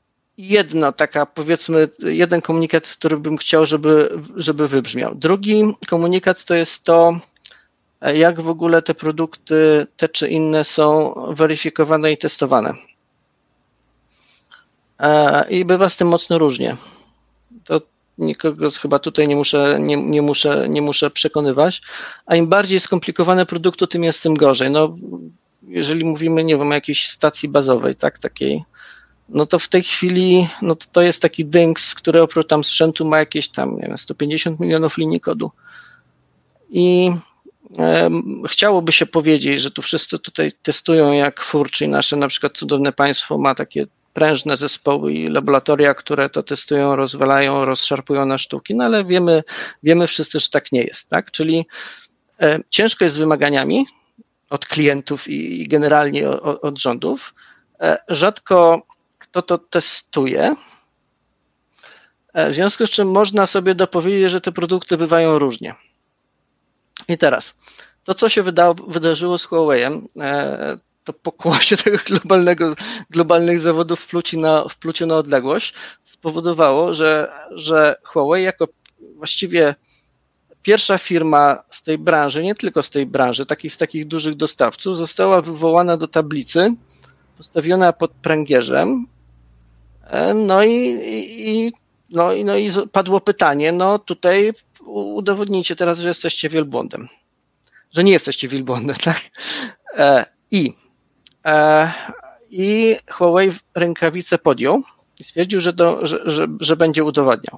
jeden komunikat, który bym chciał, żeby wybrzmiał. Drugi komunikat to jest to, jak w ogóle te produkty, te czy inne są weryfikowane i testowane. I bywa z tym mocno różnie. nikogo chyba tutaj nie muszę przekonywać, a im bardziej skomplikowane produkty, tym jest tym gorzej. No, jeżeli mówimy, nie wiem, o jakiejś stacji bazowej, tak, takiej, no to w tej chwili no to jest taki dynks, który oprócz tam sprzętu ma jakieś tam, nie wiem, 150 milionów linii kodu. I chciałoby się powiedzieć, że tu wszyscy tutaj testują jak FUR, czyli nasze na przykład cudowne państwo ma takie prężne zespoły i laboratoria, które to testują, rozwalają, rozszarpują na sztuki, no ale wiemy wszyscy, że tak nie jest, tak? Czyli ciężko jest z wymaganiami od klientów i generalnie od rządów. Rzadko kto to testuje, w związku z czym można sobie dopowiedzieć, że te produkty bywają różnie. I teraz, to co się wydarzyło z Huawei'em, to pokłosie tego globalnych zawodów w pluciu na odległość spowodowało, że Huawei jako właściwie pierwsza firma z tej branży, nie tylko z tej branży, z takich dużych dostawców, została wywołana do tablicy, postawiona pod pręgierzem, no i padło pytanie, no tutaj udowodnijcie teraz, że jesteście wielbłądem, że nie jesteście wielbłądem, tak? I Huawei rękawicę podjął i stwierdził, że będzie udowadniał.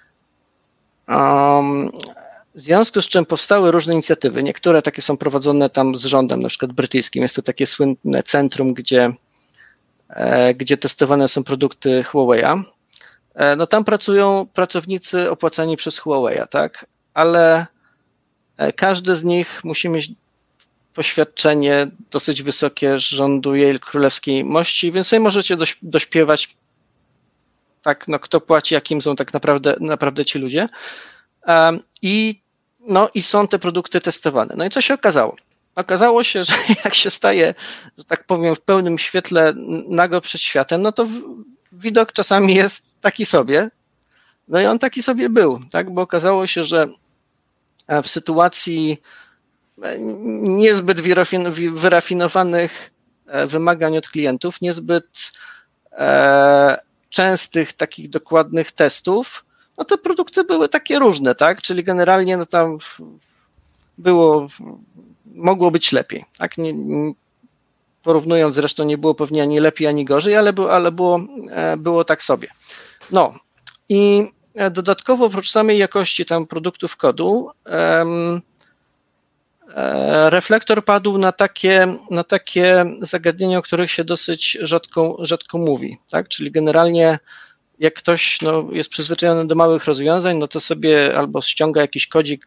W związku z czym powstały różne inicjatywy. Niektóre takie są prowadzone tam z rządem, na przykład brytyjskim. Jest to takie słynne centrum, gdzie testowane są produkty Huawei'a. No tam pracują pracownicy opłacani przez Huawei'a, tak? Ale każdy z nich musi mieć poświadczenie dosyć wysokie rządu jej królewskiej mości, więc sobie możecie dośpiewać, tak, no kto płaci, jakim są tak naprawdę ci ludzie. I są te produkty testowane. No i co się okazało? Okazało się, że jak się staje, że tak powiem, w pełnym świetle nago przed światem, no to widok czasami jest taki sobie. No i on taki sobie był, tak? Bo okazało się, że w sytuacji niezbyt wyrafinowanych wymagań od klientów, niezbyt częstych takich dokładnych testów, no te produkty były takie różne, tak? Czyli generalnie no tam mogło być lepiej, tak? Porównując zresztą nie było pewnie ani lepiej, ani gorzej, ale było tak sobie. No i dodatkowo oprócz samej jakości tam produktów kodu reflektor padł na takie zagadnienia, o których się dosyć rzadko mówi, tak? Czyli generalnie jak ktoś jest przyzwyczajony do małych rozwiązań, no to sobie albo ściąga jakiś kodzik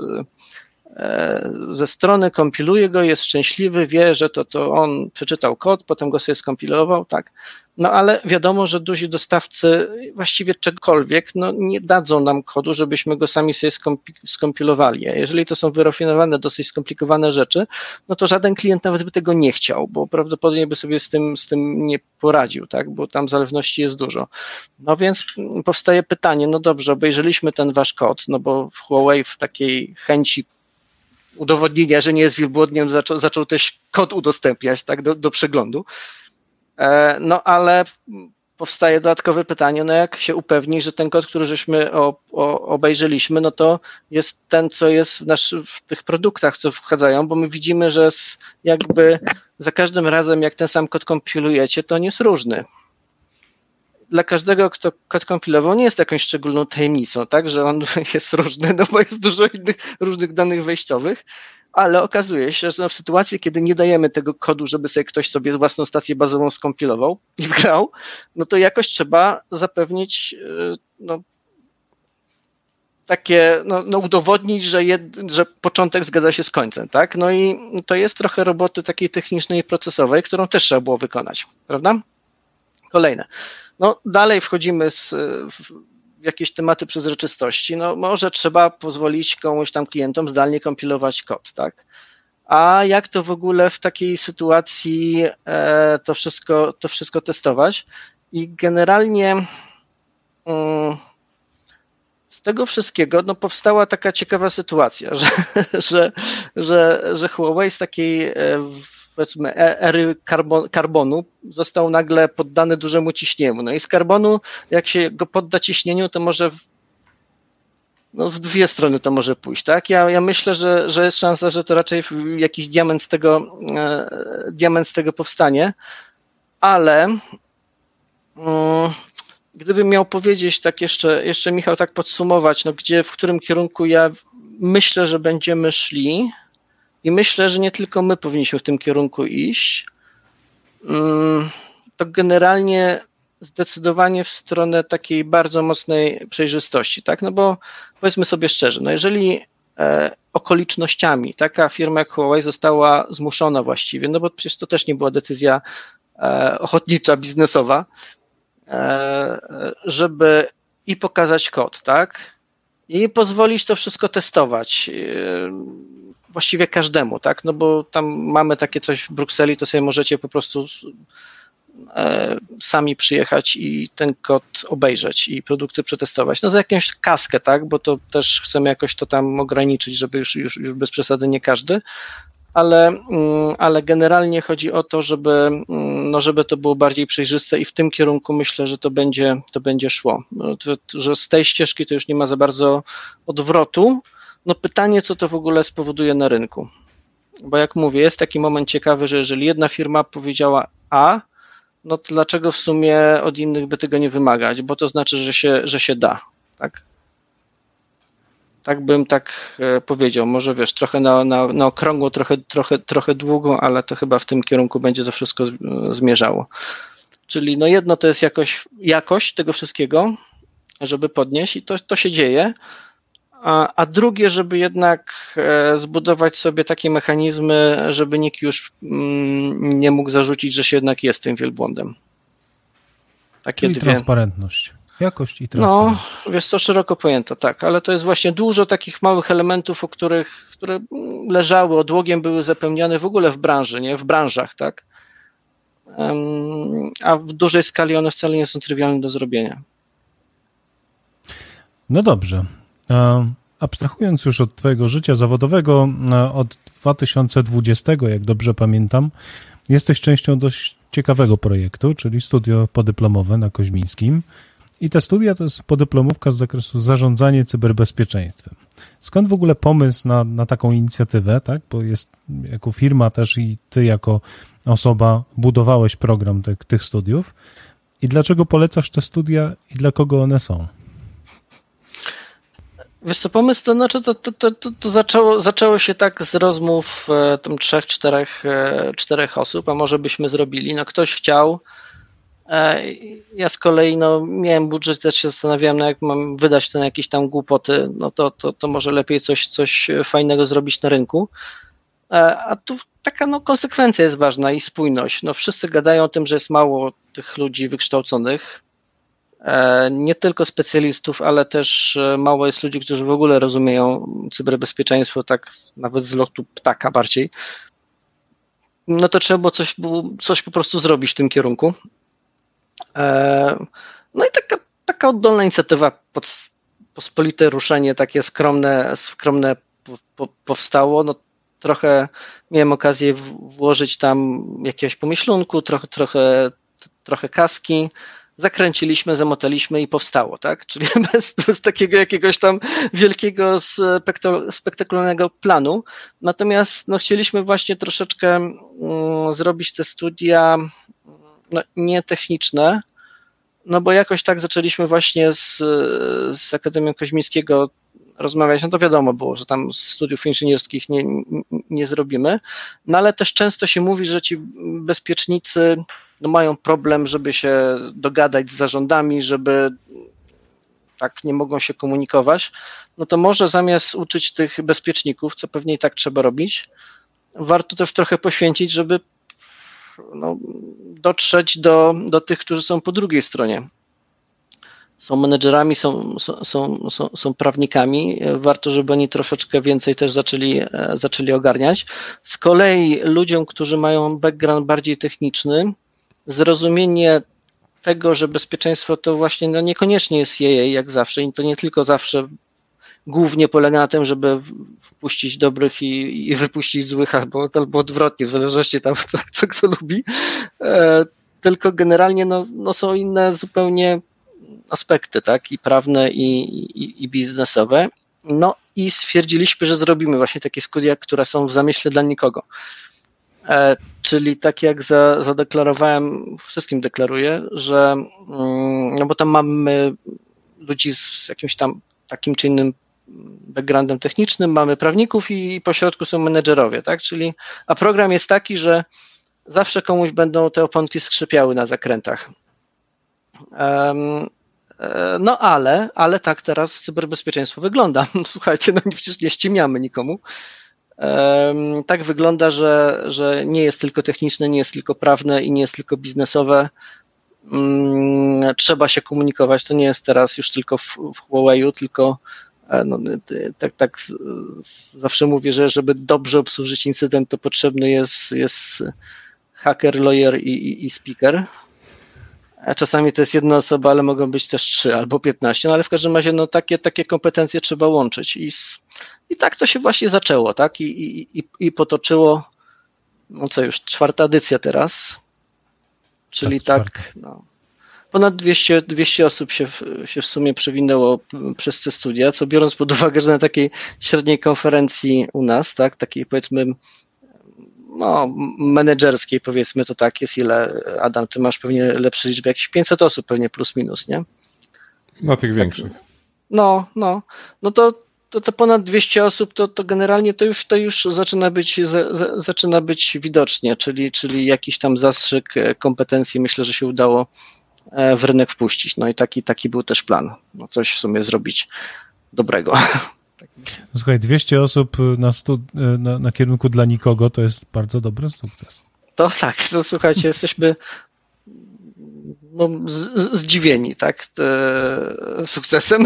ze strony, kompiluje go, jest szczęśliwy, wie, że to on przeczytał kod, potem go sobie skompilował, tak. No ale wiadomo, że duzi dostawcy właściwie czegokolwiek nie dadzą nam kodu, żebyśmy go sami sobie skompilowali. A jeżeli to są wyrafinowane, dosyć skomplikowane rzeczy, no to żaden klient nawet by tego nie chciał, bo prawdopodobnie by sobie z tym nie poradził, tak, bo tam zależności jest dużo. No więc powstaje pytanie, no dobrze, obejrzeliśmy ten wasz kod, no bo Huawei w takiej chęci udowodnienia, że nie jest wielbłądem, zaczął też kod udostępniać, tak, do przeglądu. No ale powstaje dodatkowe pytanie, no jak się upewnić, że ten kod, który żeśmy obejrzeliśmy, no to jest ten, co jest w tych produktach, co wchodzają, bo my widzimy, że jakby za każdym razem, jak ten sam kod kompilujecie, to on jest różny. Dla każdego, kto kod kompilował, nie jest jakąś szczególną tajemnicą, tak, że on jest różny, no bo jest dużo innych różnych danych wejściowych, ale okazuje się, że w sytuacji, kiedy nie dajemy tego kodu, żeby sobie ktoś sobie własną stację bazową skompilował i wgrał, no to jakoś trzeba zapewnić, udowodnić, że początek zgadza się z końcem, tak? No i to jest trochę roboty takiej technicznej i procesowej, którą też trzeba było wykonać, prawda? Kolejne. No dalej wchodzimy w jakieś tematy przezroczystości. No może trzeba pozwolić komuś tam klientom zdalnie kompilować kod, tak? A jak to w ogóle w takiej sytuacji to wszystko testować? I generalnie z tego wszystkiego powstała taka ciekawa sytuacja, że Huawei z takiej powiedzmy ery karbonu został nagle poddany dużemu ciśnieniu. No i z karbonu, jak się go podda ciśnieniu, to może no w dwie strony to może pójść, tak? Ja myślę, że jest szansa, że to raczej jakiś diament z tego powstanie, ale gdybym miał powiedzieć tak jeszcze Michał, tak podsumować, no w którym kierunku ja myślę, że będziemy szli i myślę, że nie tylko my powinniśmy w tym kierunku iść, to generalnie zdecydowanie w stronę takiej bardzo mocnej przejrzystości, tak? No bo powiedzmy sobie szczerze, no jeżeli okolicznościami taka firma jak Huawei została zmuszona właściwie, no bo przecież to też nie była decyzja ochotnicza, biznesowa, żeby i pokazać kod, tak? I pozwolić to wszystko testować właściwie każdemu, tak? No bo tam mamy takie coś w Brukseli, to sobie możecie po prostu sami przyjechać i ten kod obejrzeć i produkty przetestować. No za jakąś kaskę, tak? Bo to też chcemy jakoś to tam ograniczyć, żeby już bez przesady nie każdy, ale generalnie chodzi o to, żeby to było bardziej przejrzyste i w tym kierunku myślę, że to będzie szło. Że z tej ścieżki to już nie ma za bardzo odwrotu. No pytanie, co to w ogóle spowoduje na rynku. Bo jak mówię, jest taki moment ciekawy, że jeżeli jedna firma powiedziała A, no to dlaczego w sumie od innych by tego nie wymagać? Bo to znaczy, że się da, tak? Tak bym powiedział. Może wiesz, trochę na okrągło, trochę długo, ale to chyba w tym kierunku będzie to wszystko zmierzało. Czyli no jedno to jest jakość tego wszystkiego, żeby podnieść i to się dzieje, a drugie, żeby jednak zbudować sobie takie mechanizmy, żeby nikt już nie mógł zarzucić, że się jednak jest tym wielbłądem. Czyli transparentność. Jakość i transparentność. No, jest to szeroko pojęte, tak, ale to jest właśnie dużo takich małych elementów, które leżały, odłogiem były zapełniane w ogóle w branży, nie? W branżach, tak? A w dużej skali one wcale nie są trywialne do zrobienia. No dobrze. Abstrahując już od twojego życia zawodowego, od 2020, jak dobrze pamiętam, jesteś częścią dość ciekawego projektu, czyli studio podyplomowe na Koźmińskim. I te studia to jest podyplomówka z zakresu zarządzanie cyberbezpieczeństwem. Skąd w ogóle pomysł na taką inicjatywę, tak? Bo jest jako firma też i ty jako osoba budowałeś program tych studiów. I dlaczego polecasz te studia i dla kogo one są? Wiesz co, pomysł to znaczy, to zaczęło się tak z rozmów tam 3-4 osób, a może byśmy zrobili. No ktoś chciał. Ja z kolei miałem budżet, też się zastanawiałem, jak mam wydać to na jakieś tam głupoty, no to może lepiej coś fajnego zrobić na rynku. A tu taka konsekwencja jest ważna i spójność. No wszyscy gadają o tym, że jest mało tych ludzi wykształconych, nie tylko specjalistów, ale też mało jest ludzi, którzy w ogóle rozumieją cyberbezpieczeństwo, tak nawet z lotu ptaka bardziej. No to trzeba było coś po prostu zrobić w tym kierunku. No i taka oddolna inicjatywa, pospolite ruszenie, takie skromne powstało. No trochę miałem okazję włożyć tam jakiegoś pomyślunku, trochę kaski, zakręciliśmy, zamotaliśmy i powstało, tak? Czyli bez takiego jakiegoś tam wielkiego, spektakularnego planu. Natomiast chcieliśmy właśnie troszeczkę zrobić te studia nie techniczne, no bo jakoś tak zaczęliśmy właśnie z Akademią Koźmińskiego rozmawiać, no to wiadomo było, że tam studiów inżynierskich nie zrobimy, no ale też często się mówi, że ci bezpiecznicy mają problem, żeby się dogadać z zarządami, żeby tak nie mogą się komunikować, no to może zamiast uczyć tych bezpieczników, co pewnie i tak trzeba robić, warto też trochę poświęcić, żeby dotrzeć do tych, którzy są po drugiej stronie. Są menedżerami, są prawnikami. Warto, żeby oni troszeczkę więcej też zaczęli ogarniać. Z kolei ludziom, którzy mają background bardziej techniczny, zrozumienie tego, że bezpieczeństwo to właśnie niekoniecznie jest jej jak zawsze i to nie tylko zawsze głównie polega na tym, żeby wpuścić dobrych i wypuścić złych, albo odwrotnie, w zależności tam co kto lubi, tylko generalnie są inne zupełnie aspekty, tak, i prawne i biznesowe No i stwierdziliśmy, że zrobimy właśnie takie studia, które są w zamyśle dla nikogo. Czyli tak jak zadeklarowałem, wszystkim deklaruję, że no bo tam mamy ludzi z jakimś tam takim czy innym backgroundem technicznym, mamy prawników i pośrodku są menedżerowie, tak? A program jest taki, że zawsze komuś będą te oponki skrzypiały na zakrętach. No ale tak teraz cyberbezpieczeństwo wygląda. Słuchajcie, no przecież nie ściemniamy nikomu. Tak wygląda, że nie jest tylko techniczne, nie jest tylko prawne i nie jest tylko biznesowe. Trzeba się komunikować. To nie jest teraz już tylko w Huawei'u, tylko no, tak zawsze mówię, że żeby dobrze obsłużyć incydent, to potrzebny jest hacker, lawyer i speaker. A czasami to jest jedna osoba, ale mogą być też 3 albo 15, no ale w każdym razie no, takie kompetencje trzeba łączyć i tak to się właśnie zaczęło, tak? I potoczyło, no co już, 4. edycja teraz, czyli tak no, ponad 200 osób się w sumie przewinęło przez te studia, co biorąc pod uwagę, że na takiej średniej konferencji u nas, tak, takiej powiedzmy no, menedżerskiej, powiedzmy to tak, jest ile, Adam, ty masz pewnie lepsze liczby, jakieś 500 osób pewnie plus minus, nie? No tych większych. No to ponad 200 osób, to generalnie to już zaczyna być widocznie, czyli jakiś tam zastrzyk kompetencji myślę, że się udało w rynek wpuścić. No i taki był też plan. No coś w sumie zrobić dobrego. Słuchaj, 200 osób na kierunku dla nikogo to jest bardzo dobry sukces. To tak, to słuchajcie, jesteśmy no, zdziwieni, tak, sukcesem.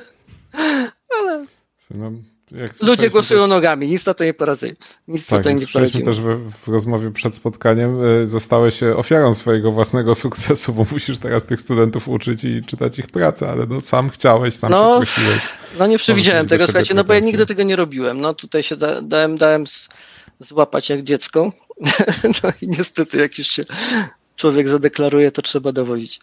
Ale ludzie głosują nogami, nic na to nie poradzimy. Słyszeliśmy też w rozmowie przed spotkaniem, zostałeś ofiarą swojego własnego sukcesu, bo musisz teraz tych studentów uczyć i czytać ich pracę, ale no sam chciałeś, sam się prosiłeś. No nie przewidziałem tego, słuchajcie, no bo ja nigdy tego nie robiłem. No tutaj się dałem złapać jak dziecko. No i niestety jak już się człowiek zadeklaruje, to trzeba dowodzić.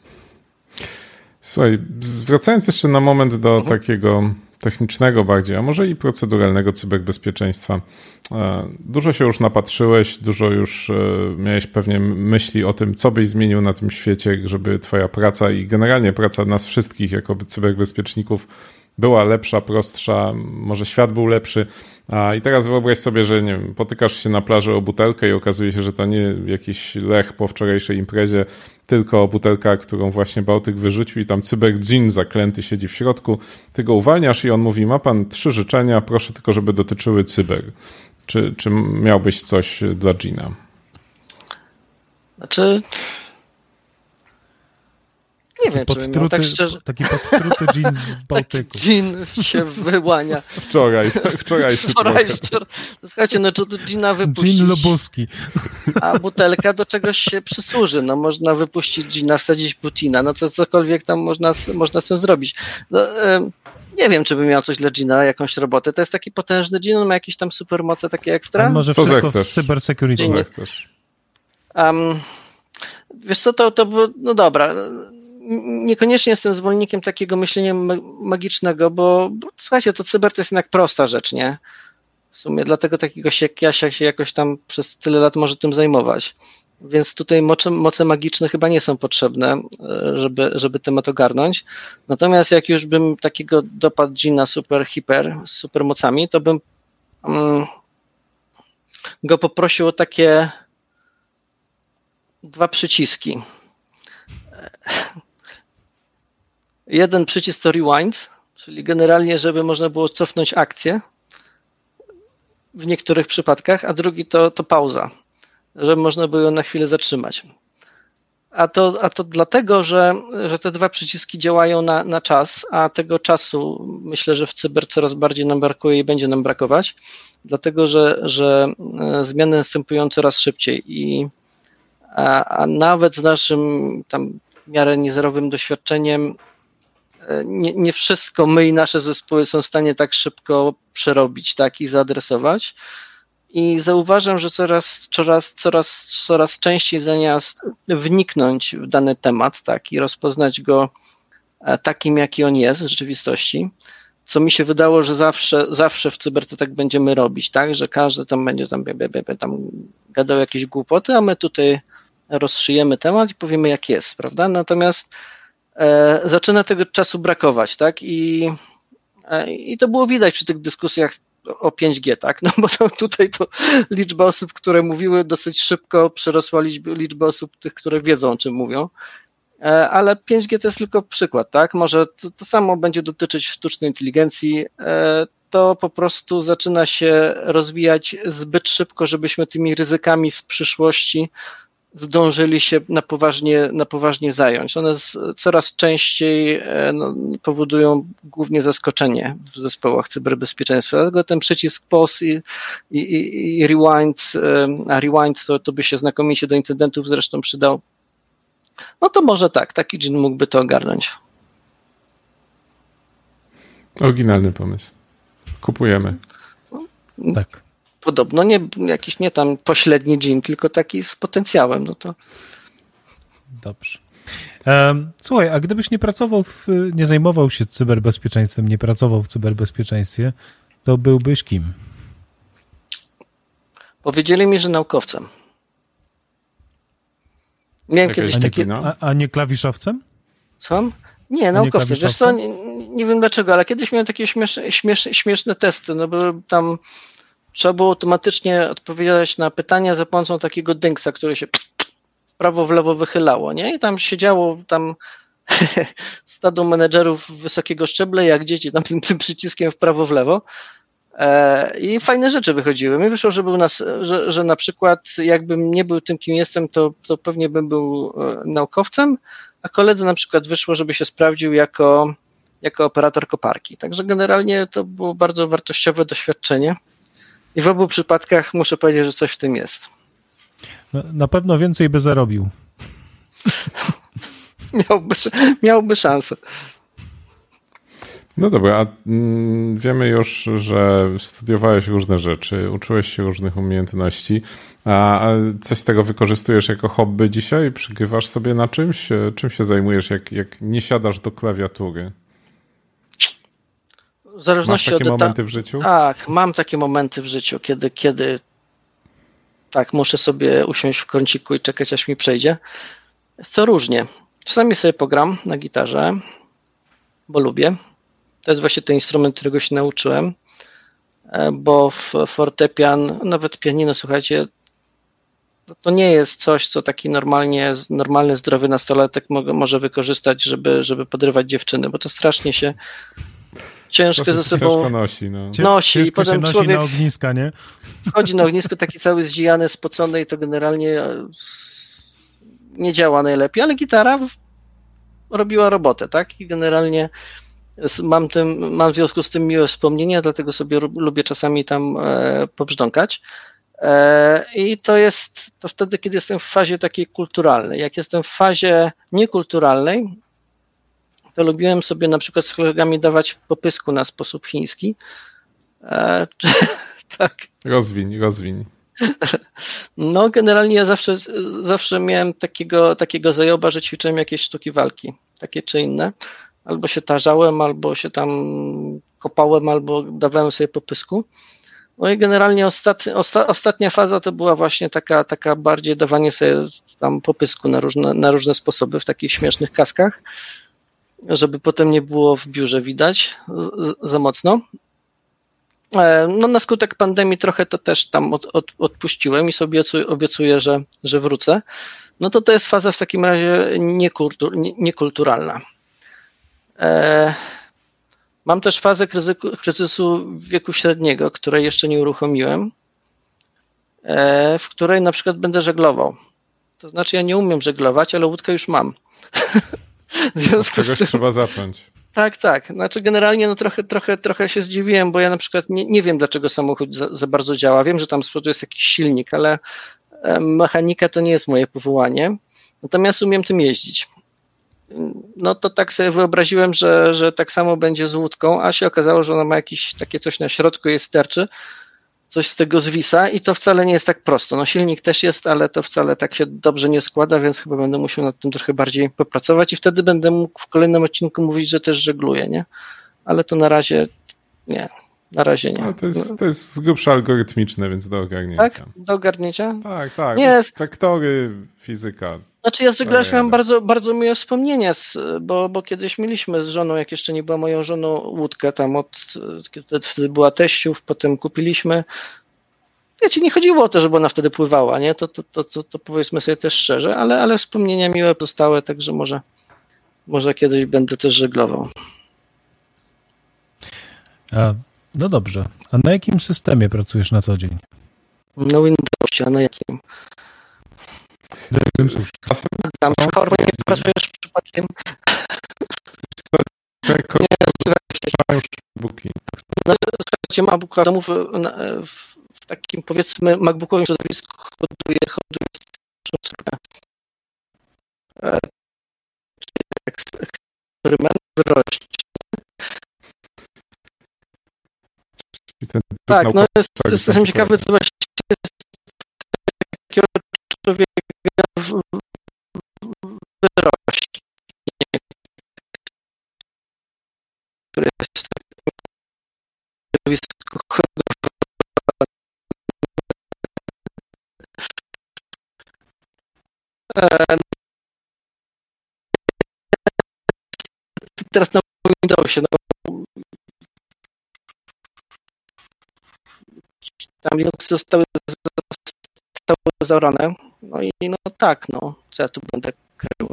Słuchaj, wracając jeszcze na moment do takiego technicznego bardziej, a może i proceduralnego cyberbezpieczeństwa. Dużo się już napatrzyłeś, dużo już miałeś pewnie myśli o tym, co byś zmienił na tym świecie, żeby twoja praca i generalnie praca nas wszystkich jako cyberbezpieczników była lepsza, prostsza, może świat był lepszy. I teraz wyobraź sobie, że nie wiem, potykasz się na plaży o butelkę i okazuje się, że to nie jakiś lech po wczorajszej imprezie, tylko butelka, którą właśnie Bałtyk wyrzucił i tam cyber-dżin zaklęty siedzi w środku. Ty go uwalniasz i on mówi, ma pan 3 życzenia, proszę tylko, żeby dotyczyły cyber. Czy miałbyś coś dla dżina? Znaczy... Nie wiem, czy miał tak szczerze... Taki podtruty dżin z Bałtyku. Taki dżin się wyłania. Wczoraj. Słuchajcie, no to dżina wypuścić. Dżin lubuski. A butelka do czegoś się przysłuży. No można wypuścić dżina, wsadzić Putina, no cokolwiek tam można z tym zrobić. No, nie wiem, czy bym miał coś dla dżina, jakąś robotę. To jest taki potężny dżin, on ma jakieś tam supermoce takie ekstra? On może wszystko w cybersecurity. Wiesz co, to no dobra... Niekoniecznie jestem zwolennikiem takiego myślenia magicznego, bo słuchajcie, to cyber to jest jednak prosta rzecz, nie? W sumie dlatego takiego Jasia się jakoś tam przez tyle lat może tym zajmować. Więc tutaj moce magiczne chyba nie są potrzebne, żeby temat ogarnąć. Natomiast jak już bym takiego dopadł dżina z super mocami, to bym go poprosił o takie 2 przyciski. Jeden przycisk to rewind, czyli generalnie, żeby można było cofnąć akcję w niektórych przypadkach, a drugi to pauza, żeby można było ją na chwilę zatrzymać. A to dlatego, że te 2 przyciski działają na czas, a tego czasu myślę, że w cyber coraz bardziej nam brakuje i będzie nam brakować, dlatego, że zmiany następują coraz szybciej a nawet z naszym tam w miarę niezerowym doświadczeniem nie wszystko my i nasze zespoły są w stanie tak szybko przerobić, tak, i zaadresować. I zauważam, że coraz częściej zamiast wniknąć w dany temat, tak, i rozpoznać go takim, jaki on jest w rzeczywistości, co mi się wydało, że zawsze w cyberce tak będziemy robić, tak, że każdy tam będzie tam gadał jakieś głupoty, a my tutaj rozszyjemy temat i powiemy jak jest, prawda? Natomiast zaczyna tego czasu brakować, tak? I to było widać przy tych dyskusjach o 5G, tak? No bo tutaj to liczba osób, które mówiły dosyć szybko przerosła liczbę osób tych, które wiedzą, o czym mówią. Ale 5G to jest tylko przykład, tak? Może to samo będzie dotyczyć sztucznej inteligencji. To po prostu zaczyna się rozwijać zbyt szybko, żebyśmy tymi ryzykami z przyszłości zdążyli się na poważnie zająć. One coraz częściej powodują głównie zaskoczenie w zespołach cyberbezpieczeństwa. Dlatego ten przycisk pause i rewind, a rewind to by się znakomicie do incydentów zresztą przydał. No to może tak, taki dżin mógłby to ogarnąć. Oryginalny pomysł. Kupujemy. Tak. Podobno jakiś nie tam pośredni dżin, tylko taki z potencjałem. No to... Dobrze. Słuchaj, a gdybyś nie zajmował się cyberbezpieczeństwem, nie pracował w cyberbezpieczeństwie, to byłbyś kim? Powiedzieli mi, że naukowcem. Miałem kiedyś takie... A nie klawiszowcem? Słucham? Nie, naukowcem. Wiesz co, nie wiem dlaczego, ale kiedyś miałem takie śmieszne testy, no bo tam trzeba było automatycznie odpowiadać na pytania za pomocą takiego dynksa, który się w prawo, w lewo wychylało, nie? I tam siedziało stado menedżerów wysokiego szczebla, jak dzieci, tam tym przyciskiem w prawo, w lewo. I fajne rzeczy wychodziły. Mi wyszło, że na przykład jakbym nie był tym, kim jestem, to pewnie bym był naukowcem, a koledze na przykład wyszło, żeby się sprawdził jako operator koparki. Także generalnie to było bardzo wartościowe doświadczenie i w obu przypadkach muszę powiedzieć, że coś w tym jest. Na pewno więcej by zarobił. Miałby szansę. No dobra, a wiemy już, że studiowałeś różne rzeczy, uczyłeś się różnych umiejętności, a coś z tego wykorzystujesz jako hobby dzisiaj? Przygrywasz sobie na czymś? Czym się zajmujesz, jak nie siadasz do klawiatury? W zależności Masz takie momenty w życiu? Tak, mam takie momenty w życiu, kiedy tak, muszę sobie usiąść w kąciku i czekać, aż mi przejdzie. Jest to różnie. Czasami sobie pogram na gitarze, bo lubię. To jest właśnie ten instrument, którego się nauczyłem, bo fortepian, nawet pianino, słuchajcie, to nie jest coś, co taki normalny, zdrowy nastolatek może wykorzystać, żeby podrywać dziewczyny, bo to strasznie się ciężko ze sobą ciężko nosi. No. Nosi i potem się nosi człowiek na ogniska, nie? wchodzi na ognisko taki cały zdzijany, spocony i to generalnie nie działa najlepiej, ale gitara robiła robotę, tak? I generalnie mam w związku z tym miłe wspomnienia, dlatego sobie lubię czasami tam pobrzdąkać. I to jest to wtedy, kiedy jestem w fazie takiej kulturalnej. Jak jestem w fazie niekulturalnej, to lubiłem sobie na przykład z kolegami dawać popysku na sposób chiński. Tak. Rozwiń. No generalnie ja zawsze miałem takiego zajoba, że ćwiczyłem jakieś sztuki walki, takie czy inne. Albo się tarzałem, albo się tam kopałem, albo dawałem sobie popysku. No i generalnie ostatnia faza to była właśnie taka bardziej dawanie sobie tam popysku na różne sposoby w takich śmiesznych kaskach, żeby potem nie było w biurze widać za mocno. No na skutek pandemii trochę to też tam odpuściłem i sobie obiecuję, że wrócę. No to jest faza w takim razie niekulturalna. Mam też fazę kryzysu wieku średniego, której jeszcze nie uruchomiłem, w której na przykład będę żeglował. To znaczy ja nie umiem żeglować, ale łódkę już mam. Od czegoś trzeba zacząć. Tak. Znaczy generalnie no trochę się zdziwiłem, bo ja na przykład nie wiem, dlaczego samochód za bardzo działa. Wiem, że tam z przodu jest jakiś silnik, ale mechanika to nie jest moje powołanie. Natomiast umiem tym jeździć. No to tak sobie wyobraziłem, że tak samo będzie z łódką, a się okazało, że ona ma jakieś takie coś na środku, jej sterczy, coś z tego zwisa i to wcale nie jest tak prosto. No silnik też jest, ale to wcale tak się dobrze nie składa, więc chyba będę musiał nad tym trochę bardziej popracować i wtedy będę mógł w kolejnym odcinku mówić, że też żegluję, nie? Ale to na razie Nie, na razie nie. No, to jest z grubsza algorytmiczne, więc do ogarnięcia. Tak? Do ogarnięcia? Tak. Nie. Wektory, fizyka. Znaczy ja z żeglarzem mam bardzo, bardzo miłe wspomnienia, bo kiedyś mieliśmy z żoną, jak jeszcze nie była moją żoną, łódkę tam wtedy była teściów, potem kupiliśmy. Wiecie, nie chodziło o to, żeby ona wtedy pływała, nie? To powiedzmy sobie też szczerze, ale wspomnienia miłe zostały, także może kiedyś będę też żeglował. No dobrze. A na jakim systemie pracujesz na co dzień? Na Windowsie, a na jakim? Tam nie pracujesz przypadkiem. No, słuchajcie, MacBook domów w takim, powiedzmy, MacBookowym środowisku hoduje eksperyment wyrośnie. Tak, no jestem ciekawy, co właśnie takiego człowieka wyrośnie, który jest w takim środowisku teraz na Windowsie, tam Linux zostały zaorane, no i tak, co ja tu będę krył,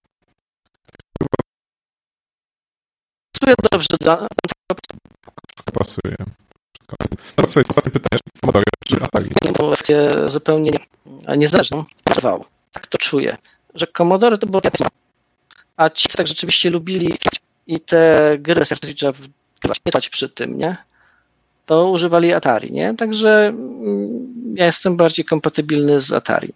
Pasuje dobrze, pasuje. To co jest ostatnie pytanie, Commodore czy Atari? Nie, zupełnie niezależną. Tak to czuję, że Commodore to było a ci tak rzeczywiście lubili i te gry cartridge'a wgrywać przy tym, nie? To używali Atari, nie? Także ja jestem bardziej kompatybilny z Atari.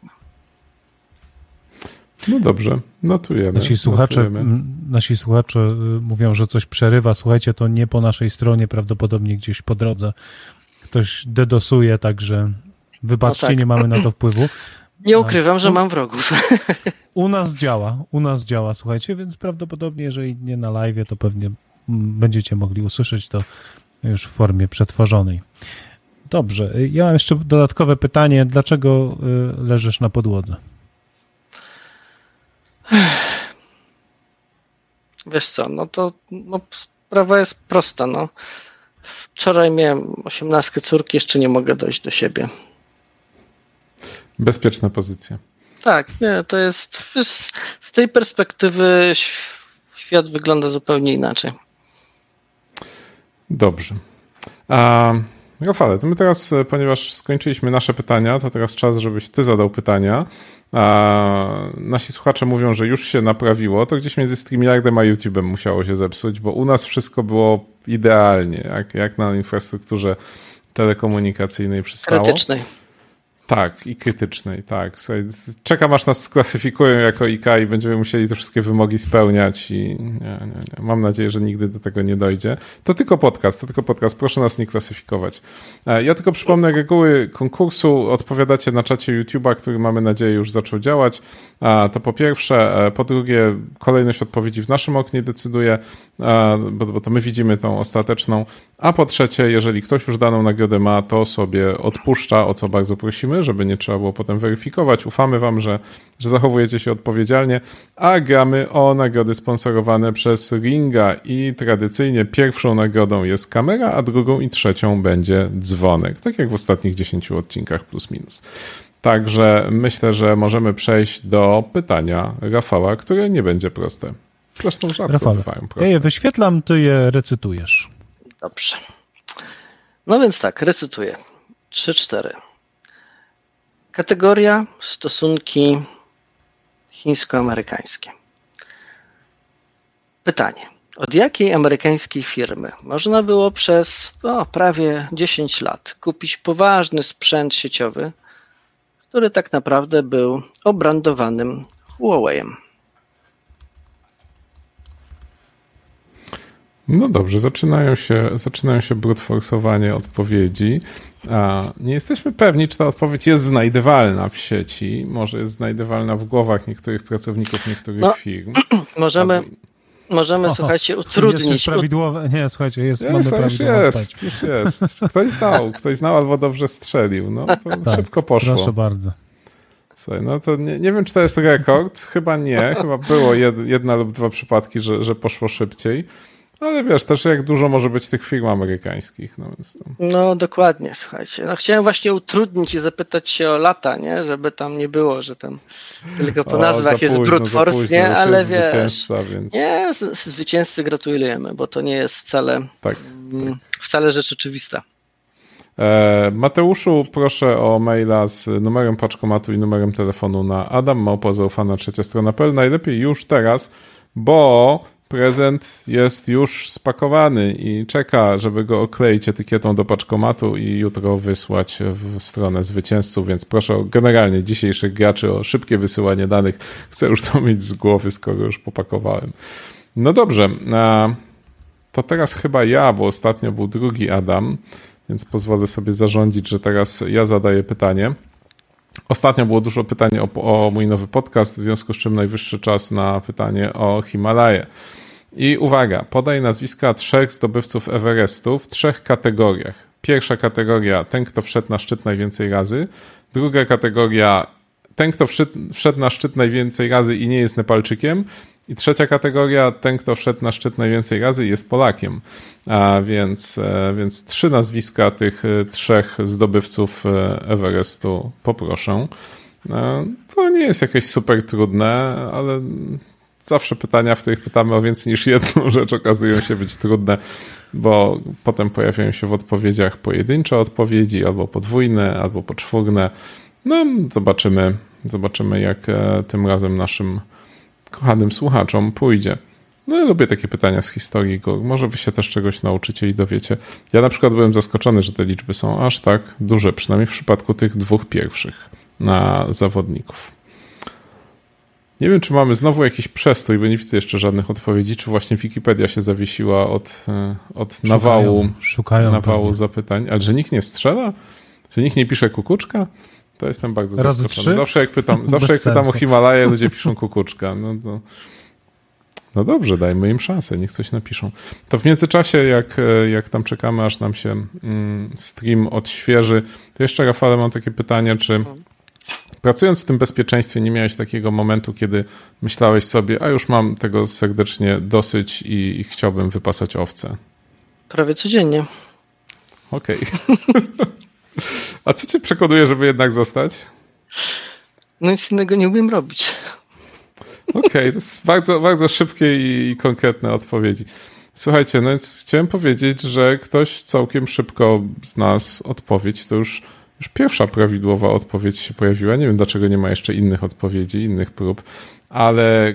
No dobrze, notujemy. Nasi słuchacze mówią, że coś przerywa. Słuchajcie, to nie po naszej stronie, prawdopodobnie gdzieś po drodze ktoś dedosuje, także wybaczcie, nie mamy na to wpływu. Nie ukrywam, że mam wrogów. U nas działa, słuchajcie, więc prawdopodobnie, jeżeli nie na live, to pewnie będziecie mogli usłyszeć to już w formie przetworzonej. Dobrze, ja mam jeszcze dodatkowe pytanie. Dlaczego leżysz na podłodze? Wiesz co, sprawa jest prosta, Wczoraj miałem 18 córki, jeszcze nie mogę dojść do siebie. Bezpieczna pozycja. Tak, nie, to jest z tej perspektywy świat wygląda zupełnie inaczej. Dobrze. Rafale, to my teraz, ponieważ skończyliśmy nasze pytania, to teraz czas, żebyś ty zadał pytania. Nasi słuchacze mówią, że już się naprawiło, to gdzieś między StreamYardem a YouTube'em musiało się zepsuć, bo u nas wszystko było idealnie, jak na infrastrukturze telekomunikacyjnej przystało. Krytycznej. Tak, i krytycznej, tak. Słuchaj, czekam, aż nas sklasyfikują jako IK i będziemy musieli te wszystkie wymogi spełniać i nie. Mam nadzieję, że nigdy do tego nie dojdzie. To tylko podcast, proszę nas nie klasyfikować. Ja tylko przypomnę reguły konkursu. Odpowiadacie na czacie YouTube'a, który mamy nadzieję już zaczął działać. To po pierwsze. Po drugie, kolejność odpowiedzi w naszym oknie decyduje, bo to my widzimy tą ostateczną. A po trzecie, jeżeli ktoś już daną nagrodę ma, to sobie odpuszcza, o co bardzo prosimy, żeby nie trzeba było potem weryfikować. Ufamy wam, że zachowujecie się odpowiedzialnie, a gramy o nagrody sponsorowane przez Ringa i tradycyjnie pierwszą nagrodą jest kamera, a drugą i trzecią będzie dzwonek, tak jak w ostatnich 10 odcinkach plus minus. Także myślę, że możemy przejść do pytania Rafała, które nie będzie proste. Zresztą rzadko bywają proste. Ja je wyświetlam, ty je recytujesz. Dobrze. No więc tak, recytuję. 3-4. Kategoria stosunki chińsko-amerykańskie. Pytanie. Od jakiej amerykańskiej firmy można było przez prawie 10 lat kupić poważny sprzęt sieciowy, który tak naprawdę był obrandowanym Huawei'em? No dobrze, zaczynają się brute-forsowanie odpowiedzi. Nie jesteśmy pewni, czy ta odpowiedź jest znajdywalna w sieci. Może jest znajdywalna w głowach niektórych pracowników niektórych firm. możemy, słuchajcie, utrudnić. Jest prawidłowe. Nie, słuchajcie, mamy prawidłową odpowiedź. Już jest. Ktoś znał albo dobrze strzelił. No to tak, szybko poszło. Proszę bardzo. Słuchaj, no to nie wiem, czy to jest rekord. Chyba nie. Chyba było jedna lub dwa przypadki, że poszło szybciej. Ale wiesz, też jak dużo może być tych firm amerykańskich. No, więc to... no dokładnie, słuchajcie. No, chciałem właśnie utrudnić i zapytać się o lata, nie? Żeby tam nie było, że tam tylko po nazwach jest brute force, nie? Ale wiesz, więc... nie, zwycięzcy gratulujemy, bo to nie jest wcale rzecz oczywista. Mateuszu, proszę o maila z numerem paczkomatu i numerem telefonu na adam@zaufana3strona.pl. Najlepiej już teraz, bo prezent jest już spakowany i czeka, żeby go okleić etykietą do paczkomatu i jutro wysłać w stronę zwycięzców, więc proszę generalnie dzisiejszych graczy o szybkie wysyłanie danych. Chcę już to mieć z głowy, skoro już popakowałem. No dobrze, to teraz chyba ja, bo ostatnio był drugi Adam, więc pozwolę sobie zarządzić, że teraz ja zadaję pytanie. Ostatnio było dużo pytań o mój nowy podcast, w związku z czym najwyższy czas na pytanie o Himalaję. I uwaga, podaj nazwiska 3 zdobywców Everestu w 3 kategoriach. Pierwsza kategoria, ten kto wszedł na szczyt najwięcej razy. Druga kategoria, ten kto wszedł na szczyt najwięcej razy i nie jest Nepalczykiem. I trzecia kategoria, ten kto wszedł na szczyt najwięcej razy i jest Polakiem. Więc 3 nazwiska tych 3 zdobywców Everestu poproszę. To nie jest jakieś super trudne, ale zawsze pytania, w których pytamy o więcej niż jedną rzecz, okazują się być trudne, bo potem pojawiają się w odpowiedziach pojedyncze odpowiedzi, albo podwójne, albo poczwórne. No, zobaczymy, jak tym razem naszym kochanym słuchaczom pójdzie. No ja lubię takie pytania z historii gór. Może wy się też czegoś nauczycie i dowiecie. Ja na przykład byłem zaskoczony, że te liczby są aż tak duże, przynajmniej w przypadku tych 2 pierwszych na zawodników. Nie wiem, czy mamy znowu jakiś przestój, bo nie widzę jeszcze żadnych odpowiedzi, czy właśnie Wikipedia się zawiesiła od nawału zapytań. Ale że nikt nie strzela? Że nikt nie pisze kukuczka? To jestem bardzo zaskoczony. Zawsze jak pytam o Himalaję, ludzie piszą kukuczka. No dobrze, dajmy im szansę, niech coś napiszą. To w międzyczasie, jak tam czekamy, aż nam się stream odświeży, to jeszcze, Rafale, mam takie pytanie, czy pracując w tym bezpieczeństwie nie miałeś takiego momentu, kiedy myślałeś sobie, a już mam tego serdecznie dosyć i chciałbym wypasać owce? Prawie codziennie. Okej. A co cię przekonuje, żeby jednak zostać? No nic innego nie umiem robić. Okej, to jest bardzo, bardzo szybkie i konkretne odpowiedzi. Słuchajcie, no więc chciałem powiedzieć, że ktoś całkiem szybko z nas odpowiedź, to już pierwsza prawidłowa odpowiedź się pojawiła. Nie wiem, dlaczego nie ma jeszcze innych odpowiedzi, innych prób, ale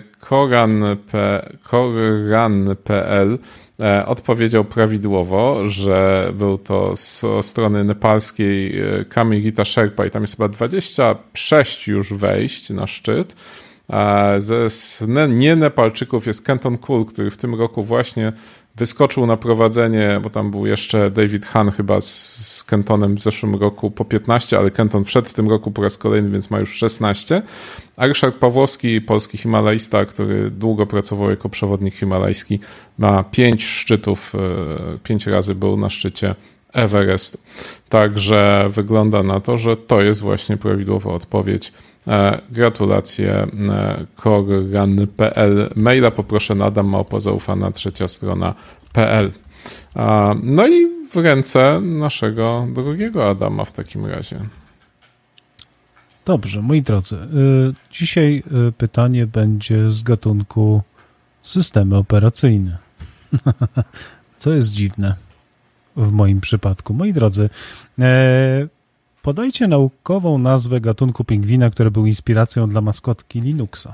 Koran.pl odpowiedział prawidłowo, że był to z strony nepalskiej Kamigita Sherpa i tam jest chyba 26 już wejść na szczyt. Z nie-Nepalczyków jest Kenton Cool, który w tym roku właśnie wyskoczył na prowadzenie, bo tam był jeszcze David Han chyba z Kentonem w zeszłym roku po 15, ale Kenton wszedł w tym roku po raz kolejny, więc ma już 16. A Ryszard Pawłowski, polski himalaista, który długo pracował jako przewodnik himalajski, ma 5 szczytów, 5 razy był na szczycie Everestu. Także wygląda na to, że to jest właśnie prawidłowa odpowiedź. Gratulacje, koran.pl. Maila poproszę na adam@zaufana3strona.pl. No i w ręce naszego drugiego Adama w takim razie. Dobrze, moi drodzy. Dzisiaj pytanie będzie z gatunku systemy operacyjne. Co jest dziwne w moim przypadku. Moi drodzy, podajcie naukową nazwę gatunku pingwina, który był inspiracją dla maskotki Linuxa.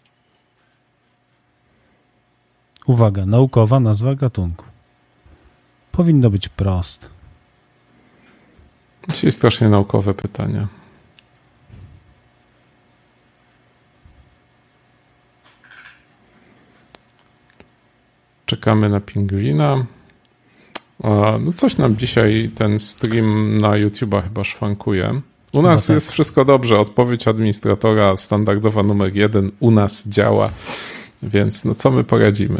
Uwaga, naukowa nazwa gatunku. Powinno być proste. Dzisiaj strasznie naukowe pytania. Czekamy na pingwina. No coś nam dzisiaj ten stream na YouTube'a chyba szwankuje. U nas jest wszystko dobrze. Odpowiedź administratora standardowa numer 1 u nas działa. Więc no co my poradzimy?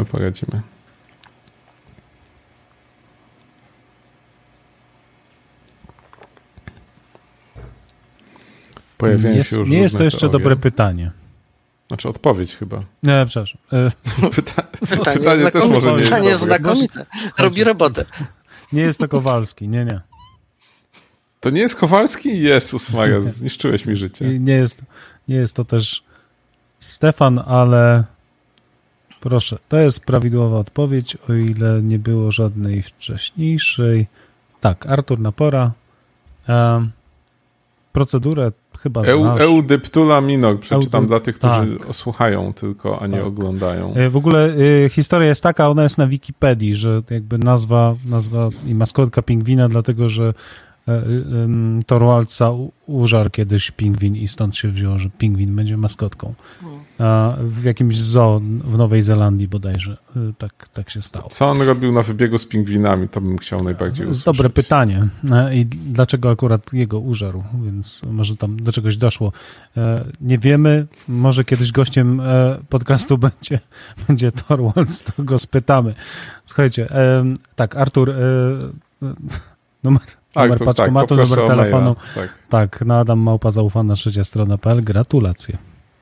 Pojawiają się już nie jest to jeszcze teorie. dobre pytanie. Znaczy odpowiedź chyba. Nie, przepraszam. Pytanie też może nie jest Pytanie jest dobre. znakomite. Robi robotę. Nie jest to Kowalski, nie. To nie jest Kowalski? Jezus Maria, zniszczyłeś mi życie. I nie jest to też Stefan, ale proszę, to jest prawidłowa odpowiedź, o ile nie było żadnej wcześniejszej. Tak, Artur Napora. Procedurę chyba znasz. Eudyptula minor, przeczytam dla tych, którzy słuchają tylko, a nie oglądają. W ogóle historia jest taka, ona jest na Wikipedii, że jakby nazwa i maskotka pingwina, dlatego że Torwaldsa użarł kiedyś pingwin i stąd się wzięło, że pingwin będzie maskotką. A w jakimś zoo w Nowej Zelandii bodajże tak się stało. Co on robił na wybiegu z pingwinami? To bym chciał najbardziej usłyszeć. Dobre pytanie. I dlaczego akurat jego użarł? Więc może tam do czegoś doszło. Nie wiemy. Może kiedyś gościem podcastu będzie Torvalds, to go spytamy. Słuchajcie, tak, Artur, numer paczkomatu, numer telefonu. Tak, na Adam Małpa Zaufana 3 strona.pl. Gratulacje.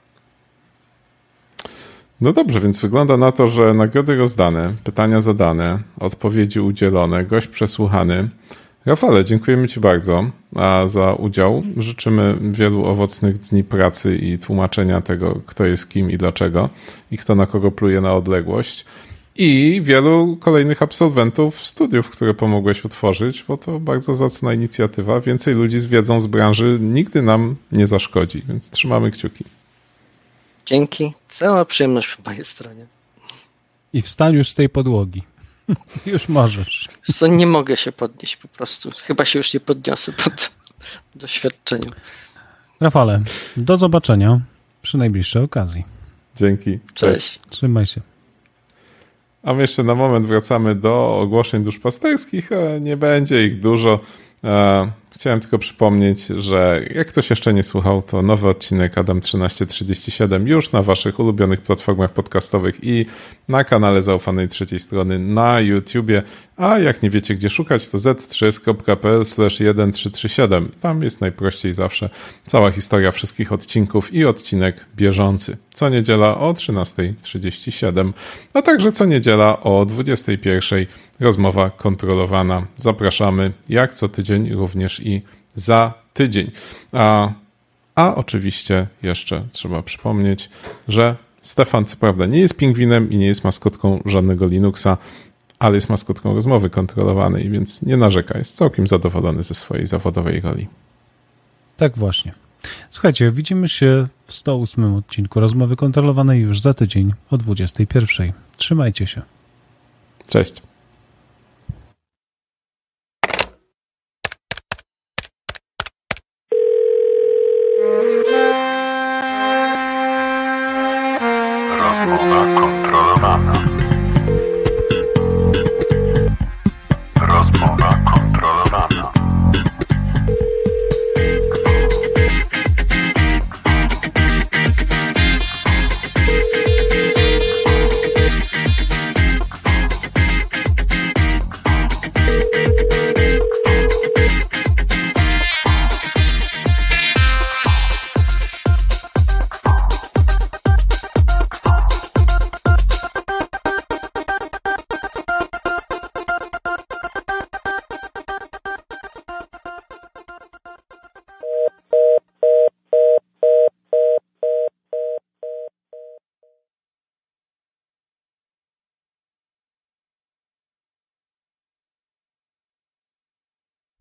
No dobrze, więc wygląda na to, że nagrody rozdane, pytania zadane, odpowiedzi udzielone, gość przesłuchany. Rafale, dziękujemy Ci bardzo za udział. Życzymy wielu owocnych dni pracy i tłumaczenia tego, kto jest kim i dlaczego i kto na kogo pluje na odległość. I wielu kolejnych absolwentów studiów, które pomogłeś utworzyć, bo to bardzo zacna inicjatywa. Więcej ludzi z wiedzą z branży nigdy nam nie zaszkodzi, więc trzymamy kciuki. Dzięki. Cała przyjemność po mojej stronie. I wstań już z tej podłogi. Już możesz. Co, nie mogę się podnieść po prostu. Chyba się już nie podniosę po tym doświadczeniu. Rafale, do zobaczenia przy najbliższej okazji. Dzięki. Cześć. Trzymaj się. A my jeszcze na moment wracamy do ogłoszeń duszpasterskich. Nie będzie ich dużo. Chciałem tylko przypomnieć, że jak ktoś jeszcze nie słuchał, to nowy odcinek Adam 1337 już na waszych ulubionych platformach podcastowych i na kanale Zaufanej Trzeciej Strony na YouTubie. A jak nie wiecie, gdzie szukać, to z3.pl/1337. Tam jest najprościej zawsze cała historia wszystkich odcinków i odcinek bieżący. Co niedziela o 13:37, a także co niedziela o 21:00 rozmowa kontrolowana. Zapraszamy jak co tydzień, również i za tydzień. A oczywiście jeszcze trzeba przypomnieć, że Stefan co prawda nie jest pingwinem i nie jest maskotką żadnego Linuxa, ale jest maskotką rozmowy kontrolowanej, więc nie narzeka. Jest całkiem zadowolony ze swojej zawodowej roli. Tak właśnie. Słuchajcie, widzimy się w 108 odcinku Rozmowy Kontrolowanej już za tydzień o 21:00. Trzymajcie się. Cześć.